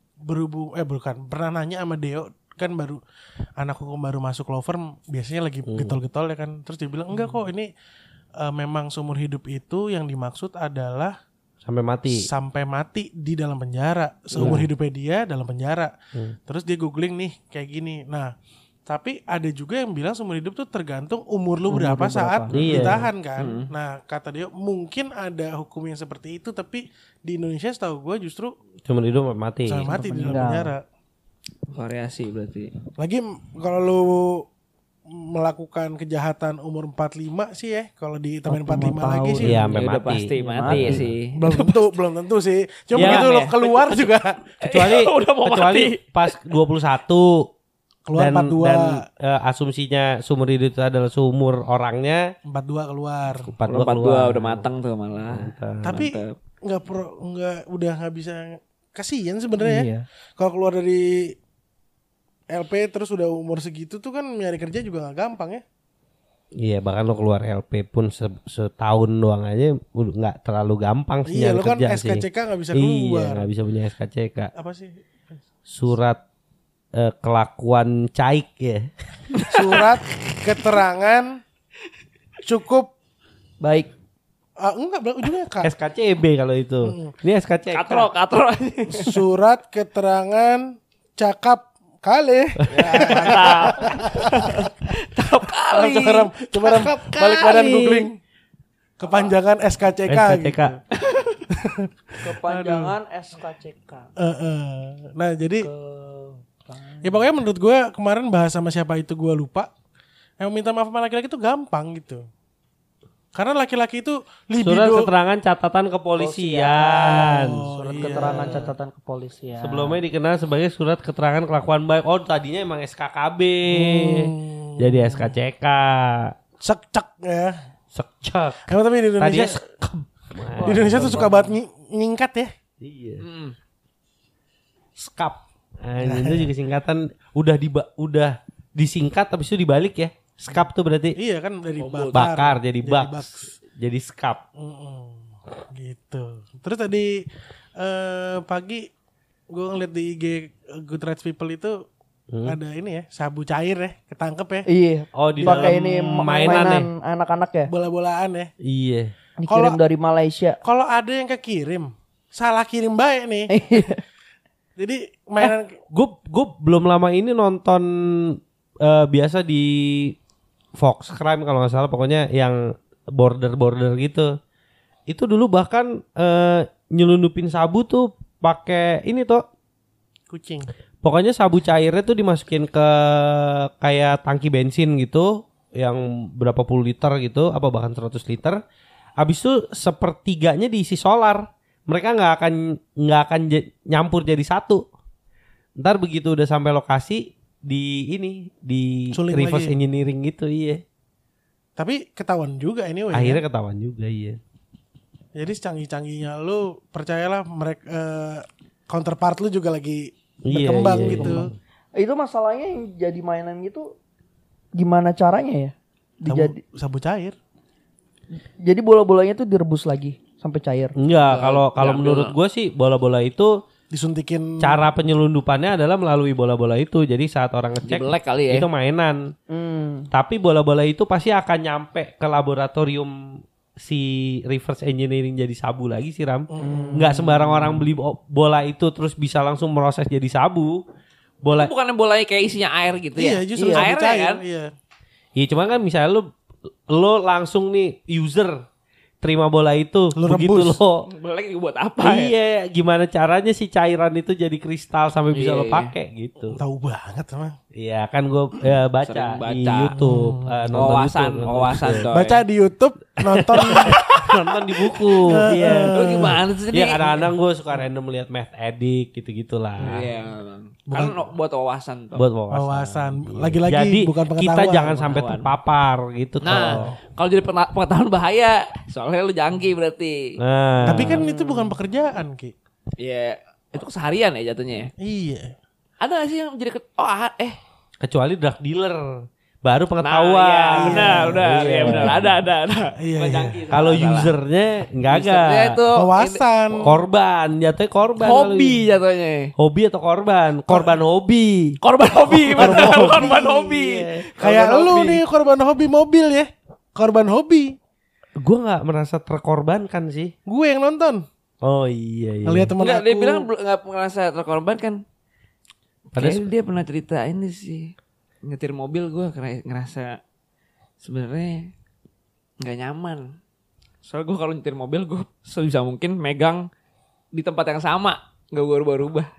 pernah nanya sama Deo, kan baru anak hukum baru masuk law firm, biasanya lagi getol-getol ya kan. Terus dia bilang enggak kok, ini memang seumur hidup itu yang dimaksud adalah sampai mati di dalam penjara. Seumur hidupnya dia dalam penjara. Terus dia googling nih kayak gini. Nah, tapi ada juga yang bilang seumur hidup tuh tergantung umur lu berapa saat ditahan kan. Nah, kata dia mungkin ada hukum yang seperti itu, tapi di Indonesia setahu gue justru
seumur hidup mati.
sampai mati di dalam penjara.
Variasi berarti.
Lagi kalau lu melakukan kejahatan umur 45 sih ya, kalau ditemuin 45 lagi sih
Iya, sampai
Ya udah
mati.
pasti mati sih.
belum tentu sih. Cuma
Ya,
begitu lo keluar juga
Kecuali
Udah mau
pas 21
keluar 42
dan asumsinya seumur hidup itu adalah seumur orangnya
42 keluar.
42
42
keluar.
udah matang tuh malah.
Tapi nggak nggak bisa, kasihan sebenarnya ya. Kalau keluar dari LP terus udah umur segitu tuh kan nyari kerja juga nggak gampang ya.
Iya, bahkan lo keluar LP pun setahun doang aja udah nggak terlalu gampang sih
Iya,
nyari
lo kan
kerja sih.
SKCK nggak bisa
Iya,
keluar.
nggak bisa punya SKCK.
Apa sih?
Surat kelakuan caik ya.
Surat keterangan cukup
Baik.
enggak ujungnya K.
SKCB kalau itu. Ini SKCK.
Katro.
Surat keterangan cakap kali.
Cakep kali.
Coba Ram, balik badan googling. Kepanjangan SKCK.
SKCK.
Gitu.
Kepanjangan SKCK.
Nah jadi ya pokoknya menurut gue kemarin bahas sama siapa itu gue lupa. Yang minta maaf sama laki-laki itu gampang gitu. Karena laki-laki itu libido.
Surat keterangan catatan kepolisian.
Surat keterangan catatan kepolisian.
Sebelumnya dikenal sebagai surat keterangan kelakuan baik. Oh, tadinya emang SKKB. Jadi SKCK.
Cek ya.
Sekcek.
Emang tapi di
Tadinya
Indonesia di Indonesia tuh suka banget nyingkat ya.
Iya. Skap. Nah, itu juga singkatan udah disingkat habis itu dibalik ya. Skap tuh berarti
Iya kan dari
bakar jadi bugs. Jadi skap.
Gitu. Terus tadi pagi gue ngeliat di IG Good Rights People itu ada ini ya, sabu cair ya, ketangkep ya.
Iya.
Oh, di
pakai
dalam
ini
mainan
anak-anak ya.
Bola-bolaan ya.
Iya.
Dikirim dari Malaysia.
Kalau ada yang kekirim, salah kirim baik nih. Jadi mainan
Gue belum lama ini nonton biasa di Fox Crime kalau nggak salah, pokoknya yang border gitu. Itu dulu bahkan nyelundupin sabu tuh pakai ini tuh
kucing.
Pokoknya sabu cairnya tuh dimasukin ke kayak tangki bensin gitu, yang berapa puluh liter gitu, apa bahkan 100 liter. Abis itu sepertiganya diisi solar. Mereka nggak akan nyampur jadi satu. Ntar begitu udah sampai lokasi di
Suling
reverse
lagi.
engineering gitu, iya.
Tapi ketahuan juga ini.
Akhirnya ketahuan juga, iya.
Jadi secanggih-canggihnya lu percayalah mereka counterpart lu juga lagi berkembang
iya,
gitu.
Itu masalahnya yang jadi mainan gitu gimana caranya ya?
Sabu cair.
Jadi bola-bolanya tuh direbus lagi sampai cair.
Enggak, kalau menurut gue sih bola-bola itu
Disuntikin
cara penyelundupannya adalah melalui bola-bola itu. Jadi saat orang ngecek
Dibelek kali ya.
itu mainan. Tapi bola-bola itu pasti akan nyampe ke laboratorium si reverse engineering jadi sabu lagi sih, Ram. Nggak sembarang orang beli bola itu terus bisa langsung meroses jadi sabu. Bola
Itu bukannya bolanya kayak isinya air gitu ya?
Iya, justru sabu
Airnya
cair.
kan?
Iya.
Iya, cuman kan misalnya lo langsung nih user terima bola itu
Lu
begitu
rebus.
lo.
Black juga buat apa ya?
Iya, gimana caranya si cairan itu jadi kristal sampai bisa
Iya.
lo pakai gitu.
Tahu banget emang.
Iya, kan gue baca
Sering
di
baca.
YouTube, nonton
Wawasan,
YouTube.
wawasan coy.
Baca di YouTube, nonton
Nonton di buku. Iya.
Lu gimana sih
Iya,
nih?
kadang-kadang gue suka random lihat Math Addict gitu-gitulah.
Iya. Kan buat wawasan tuh.
Buat wawasan.
wawasan.
Iya.
Lagi-lagi
Jadi
bukan
kita
pengetahuan.
jangan sampai
Pengetahuan.
terpapar gitu toh.
Nah, kalau jadi pengetahuan bahaya, soalnya lu jangki berarti.
Nah.
Tapi kan itu bukan pekerjaan, Ki.
Iya, itu keseharian ya jatuhnya ya.
Iya.
Ada gak sih yang jadi
kecuali drug dealer baru
Nah,
pengetahuan.
iya, benar,
Iya.
iya benar. Ada.
Iya,
Bukan
iya.
jangki,
Kalau
salah.
usernya enggak
Usernya itu
Wawasan.
korban, jatuhnya korban.
hobi
kalau-
jatuhnya.
Hobi atau korban? Korban hobi.
Korban hobi, benar, korban hobi.
Kayak
Korban
lu
hobi.
nih korban hobi mobil ya. Korban hobi.
Gue nggak merasa terkorbankan sih.
Gue yang nonton.
Oh iya.
Ngeliat temen
Enggak,
aku.
dia bilang nggak merasa terkorban kan.
Padahal
Kayaknya dia pernah cerita ini sih. Nyetir mobil gue ngerasa sebenarnya nggak nyaman. Soalnya gue kalau nyetir mobil gue sebisa mungkin megang di tempat yang sama, nggak gue rubah-rubah.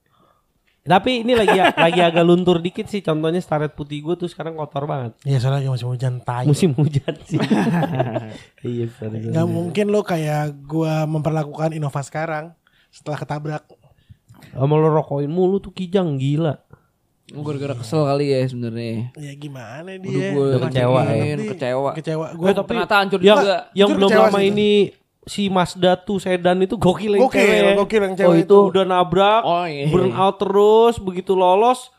Tapi ini lagi agak luntur dikit sih. Contohnya Starlet putih gue tuh sekarang kotor banget.
Iya soalnya lagi musim hujan tai.
Musim hujan sih. Iya. sorry.
Gak mungkin lo kayak gue memperlakukan Innova sekarang setelah ketabrak.
Sama lo rokokin mulu tuh Kijang gila.
Gue gara-gara kesel kali ya sebenarnya.
Ya gimana
Udah
dia?
gue
Udah kecewa ya.
kecewa.
Kecewa. Gue
Ternyata hancur
Yang,
juga.
yang
Itu
belum
kecewa
lama
sih
ini si Mazda tuh sedan itu gokil yang cewek.
gokil yang
Oh
cewek
itu udah nabrak,
Oh, iya.
burn out terus, begitu lolos,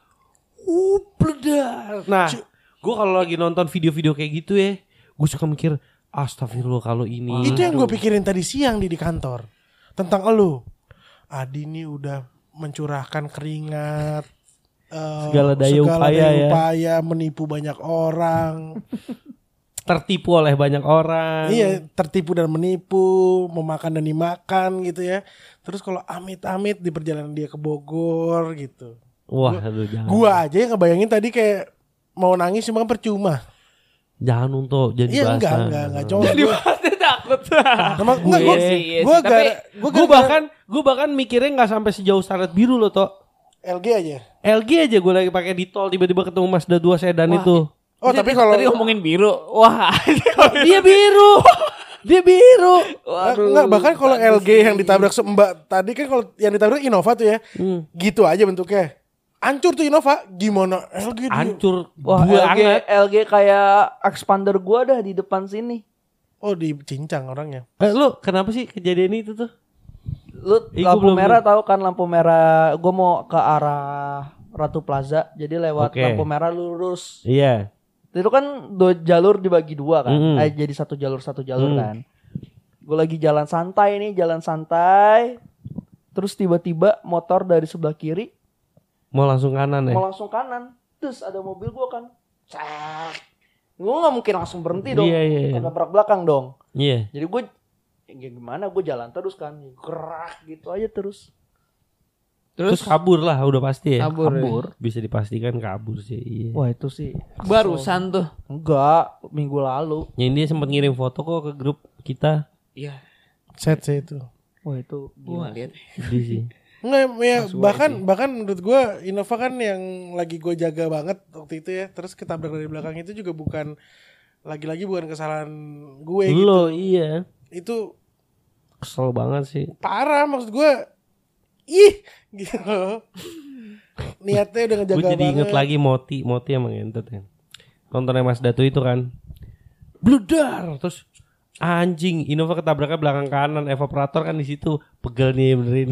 pledar. Nah, gue kalau lagi nonton video-video kayak gitu ya, gue suka mikir, astagfirullah kalau ini.
Itu yang gue pikirin tadi siang di kantor tentang elu. Adi nih udah mencurahkan keringat,
Segala daya upaya ya.
upaya menipu banyak orang.
tertipu oleh banyak orang.
Iya, tertipu dan menipu, memakan dan dimakan gitu ya. Terus kalau amit-amit di perjalanan dia ke Bogor gitu.
Wah, aduh jangan.
Gua aja yang ngebayangin tadi kayak mau nangis cuma percuma.
Jangan untuk jadi
Iya
bahasa.
enggak cuma
Jadi
gua,
pasti takut.
emang enggak gua,
Iya sih, iya
gua
sih. Tapi
Gue bahkan mikirnya nggak sampai sejauh Starlet biru loh toh.
LG aja.
LG aja gue lagi pakai di tol tiba-tiba ketemu Mazda 2 sedan
Wah,
itu.
Oh, tapi kalau
tadi ngomongin biru, wah.
Dia biru. Dia biru.
Waduh,
enggak bahkan kalau
bagus
LG yang
sih.
ditabrak Mbak tadi kan kalau yang ditabrak Innova tuh ya. Gitu aja bentuknya. Hancur tuh Innova, gimana LG dia?
Hancur.
Wah,
banget.
LG kayak expander gua dah di depan sini.
Oh, dicincang orangnya.
Lu kenapa sih kejadian itu tuh?
Lu
Ih, gua
lampu
belum-
merah tahu kan lampu merah. Gua mau ke arah Ratu Plaza. Jadi lewat
Oke.
lampu merah lurus.
Iya.
Itu kan jalur dibagi dua kan.
Mm-mm.
Jadi satu jalur kan. Gue lagi jalan santai nih, jalan santai. Terus tiba-tiba motor dari sebelah kiri
Mau langsung kanan ya?
mau langsung kanan. Terus ada mobil gua kan. Gue nggak mungkin langsung berhenti dong.
Iya.
Nabrak belakang dong.
Iya.
Jadi gue gimana gue jalan terus kan. Gerak gitu aja terus.
Terus kabur lah udah pasti ya.
Kabur,
Bisa dipastikan kabur sih. Iya.
Wah itu sih.
barusan tuh.
Enggak, minggu lalu.
Yang dia sempat ngirim foto kok ke grup kita.
Iya,
Set sih itu.
Wah itu
gua lihat.
Sedih sih.
Enggak ya bahkan menurut gue Innova kan yang lagi gue jaga banget waktu itu ya. Terus ketabrak dari belakang itu juga bukan lagi-lagi bukan kesalahan gue gitu.
Lo iya.
Itu
Kesel banget sih.
parah maksud gue. Ih gitu. Niatnya udah
Gue
ngejaga
jadi inget
banget.
lagi Moti emang entet ya. Nontonnya Mas Datu itu kan. Bludar terus anjing Innova ketabraknya belakang kanan evaporator kan di situ pegel nih benerin.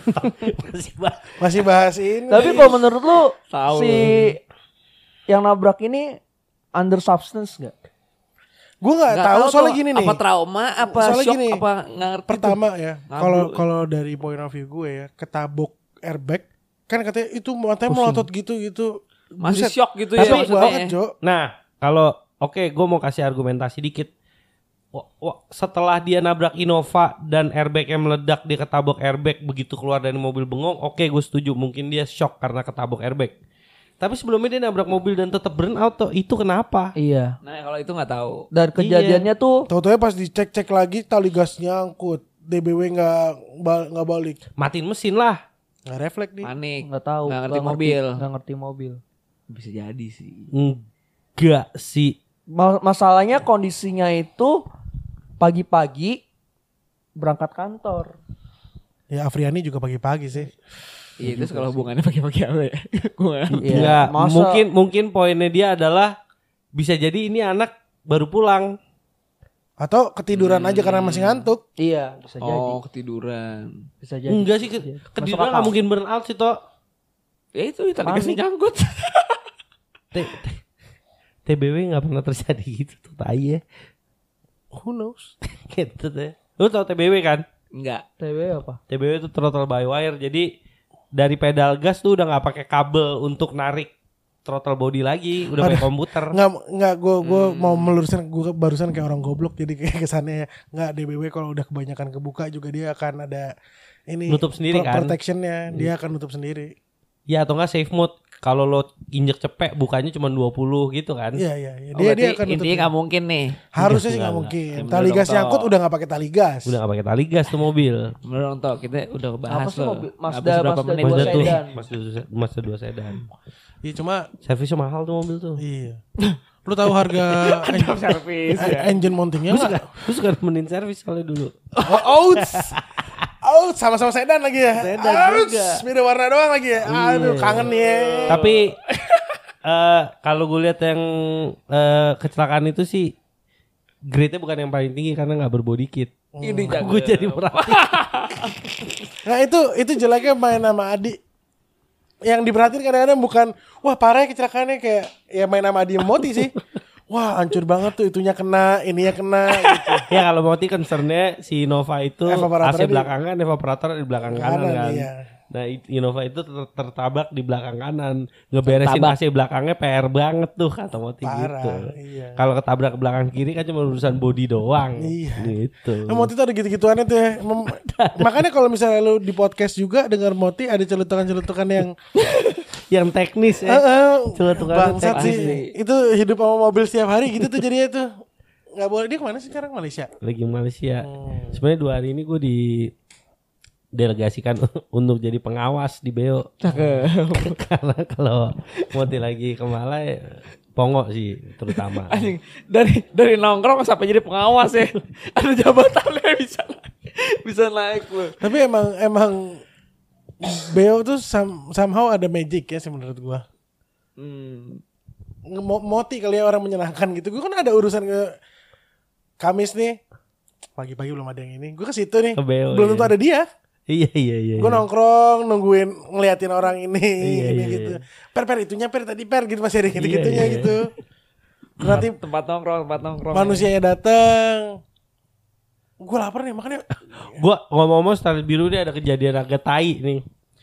Masih bahas ini.
Tapi kalau menurut lu
Tahu.
si yang nabrak ini under substance gak?
gue nggak tahu soalnya gini nih.
Apa trauma, apa
Soalnya
shock,
gini,
apa nggak ngerti.
Pertama ya,
Ngablu.
kalau dari point of view gue ya, ketabok airbag kan katanya itu matanya melotot gitu.
Masih
Buset.
shock gitu
Tapi
ya maksudnya.
banget, Jo.
Nah, kalau gue mau kasih argumentasi dikit. Setelah dia nabrak Innova dan airbagnya meledak, dia ketabok airbag begitu keluar dari mobil bengong. Oke, gue setuju. Mungkin dia shock karena ketabok airbag. Tapi sebelumnya dia nabrak mobil dan tetap burn out tuh. Itu kenapa?
Iya.
Nah kalau itu nggak tahu.
Dan kejadiannya tuh
Tahu-tahu pas dicek-cek lagi tali gasnya nyangkut. DBW nggak balik.
Matiin mesin lah.
Nggak refleks nih.
Panik.
nggak tahu.
Nggak ngerti mobil.
Nggak ngerti mobil.
Bisa jadi sih.
Enggak sih.
Masalahnya kondisinya itu pagi-pagi berangkat kantor.
Ya Afriani juga pagi-pagi sih.
Iya itu kalau hubungannya pagi-pagi apa ya? Gue nggak ngerti.
Iya,
Enggak,
masa-
mungkin poinnya dia adalah bisa jadi ini anak baru pulang.
Atau ketiduran aja karena masih ngantuk.
Iya, bisa jadi.
Oh ketiduran.
Bisa jadi.
Enggak sih,
Iya.
ketiduran
Masuk
nggak
akal.
mungkin burn out sih toh.
Ya itu tadi
Panik.
kasih nyangkut.
TBW nggak pernah terjadi gitu tuh, tai ya.
Who knows?
Gitu deh. Lu tau TBW kan?
Enggak.
TW apa?
TBW itu throttle by wire. Jadi dari pedal gas tuh udah nggak pakai kabel untuk narik throttle body lagi, udah pakai komputer.
Nggak gue mau meluruskan, gue barusan kayak orang goblok jadi kayak kesannya nggak DBW kalau udah kebanyakan kebuka juga dia akan ada ini
Nutup sendiri kan?
protectionnya dia akan nutup sendiri.
Ya atau enggak safe mode. Kalau lo injek cepet bukanya cuma 20 gitu kan.
Iya
Oh,
dia
berarti
akan nutup.
intinya nggak mungkin nih.
Harusnya sih
Enggak,
nggak
enggak.
mungkin.
Yang
Tali
bener
gas
dong,
nyangkut
Tok.
udah nggak pakai tali gas.
Udah gak pakai tali gas tuh mobil.
Bener dong Tok, kita udah bahas
Apa sih
loh.
mobil?
Habis
Mazda-
berapa
Mazda
menit
dua
Mazda
tadi?
tuh,
sedan.
Mazda 2 sedan.
Iya cuma
Servisnya mahal tuh mobil tuh.
iya. Lu tahu harga
Servis ya.
engine mountingnya nggak?
Lu suka nemenin servis soalnya dulu.
Sama-sama sedan lagi ya.
Sedan
Ouch,
juga.
beda warna doang lagi ya. Aduh kangen nih. Ya.
Tapi kalau gue lihat yang kecelakaan itu sih grade-nya bukan yang paling tinggi karena nggak berbody kit.
Ini jago.
Gue jadi perhatian.
Nah itu jeleknya main sama Adi. Yang diperhatiin kadang-kadang bukan wah parah ya kecelakaannya, kayak ya main sama Adi Moti sih. Wah hancur banget tuh, itunya kena, ininya kena gitu.
Ya kalau Moti concernnya si Innova itu
Evaporatornya
AC belakangan, evaporator di belakang kanan kan.
Iya.
Nah Innova itu tertabrak di belakang kanan. Ngeberesin AC belakangnya PR banget tuh kata Moti
Parah,
gitu.
iya.
Kalau ketabrak belakang kiri kan cuma urusan body doang.
Iya.
Gitu.
Nah, Moti tuh ada gitu-gituannya tuh ya. Makanya kalau misalnya lu di podcast juga dengar Moti ada celutukan-celutukan yang
Yang teknis ya. Celutukannya
bangsat
teknis
sih. Itu hidup sama mobil setiap hari gitu tuh jadinya tuh. Nggak boleh. Dia kemana sih sekarang, Malaysia?
Lagi Malaysia. Sebenarnya 2 hari ini gue di delegasikan untuk jadi pengawas di Beo. Karena kalau Moti lagi ke Malai pongo sih terutama.
Anjing, dari nongkrong sampai jadi pengawas ya. Ada jabatannya bisa naik loh.
Tapi emang Beo tuh somehow ada magic ya sih menurut gua. Moti kali ya orang menyenangkan gitu. Gue kan ada urusan ke Kamis nih. Pagi-pagi belum ada yang ini. Gue ke situ nih.
Ke Beo,
Belum
iya.
tentu ada dia.
Iya.
Gue nongkrong nungguin ngeliatin orang ini,
Iya,
ini
iya,
gitu.
iya.
Per itunya tadi gitu masih ada gitu-gitunya
Iya, iya.
gitu. Nanti
Tempat nongkrong.
manusianya datang. Gue lapar nih makanya.
Gua ngomong-ngomong Starlit Biru ini ada kejadian agak tai nih.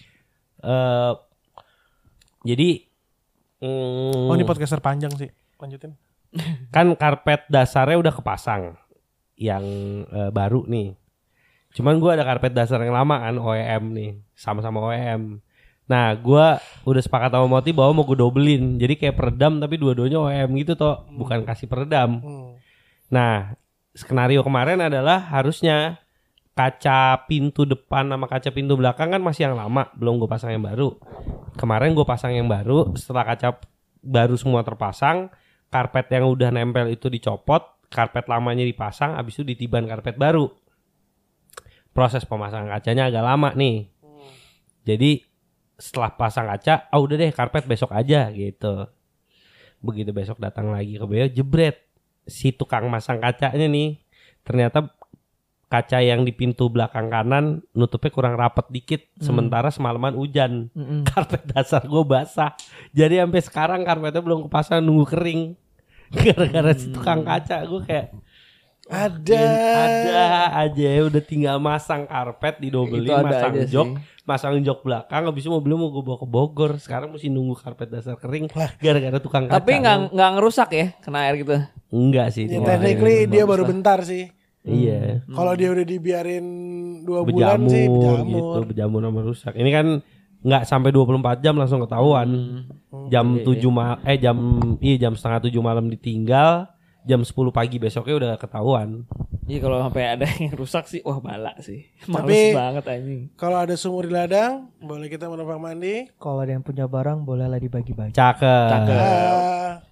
Jadi
Oh ini podcaster panjang sih. Lanjutin.
kan karpet dasarnya udah kepasang yang baru nih. Cuman gua ada karpet dasar yang lama kan OEM nih, sama-sama OEM. Nah gua udah sepakat sama Moti bahwa mau gue dobelin, jadi kayak peredam tapi dua-duanya OEM gitu toh, bukan kasih peredam. Nah skenario kemarin adalah harusnya kaca pintu depan sama kaca pintu belakang kan masih yang lama, belum gue pasang yang baru. Kemarin gue pasang yang baru, setelah kaca baru semua terpasang, karpet yang udah nempel itu dicopot, karpet lamanya dipasang, habis itu ditiban karpet baru. Proses pemasangan kacanya agak lama nih. Jadi setelah pasang kaca, udah deh karpet besok aja gitu. Begitu besok datang lagi ke Beo, jebret. Si tukang masang kacanya nih, ternyata kaca yang di pintu belakang kanan nutupnya kurang rapat dikit. Sementara semalaman hujan. Karpet dasar gue basah. Jadi sampai sekarang karpetnya belum kepasang, nunggu kering. Gara-gara si tukang kaca gue kayak
Ada
aja udah tinggal masang karpet, didobelin,
Itu ada
masang
aja
jok,
sih.
masang jok belakang, habis itu mobilnya mau gue bawa ke Bogor. Sekarang mesti nunggu karpet dasar kering gara-gara tukang kaca.
Tapi nggak ngerusak ya kena air gitu.
enggak sih.
Ya,
cuma
technically
air
dia
bagus
baru
lah.
bentar sih.
Iya.
Kalau dia udah dibiarin 2 bulan
Berjamur
sih
gitu,
berjamur.
berjamur sama rusak. Ini kan nggak sampai 24 jam langsung ketahuan. Jam
Iya,
7 jam setengah 7 malam ditinggal, jam 10 pagi besoknya udah ketahuan.
Iya kalau sampai ada yang rusak sih wah bala sih. Males
Tapi-
banget anjing.
Kalau ada sumur di ladang, boleh kita menumpang mandi.
Kalau ada yang punya barang bolehlah dibagi-bagi.
Cakep.
Cakep.
Ah.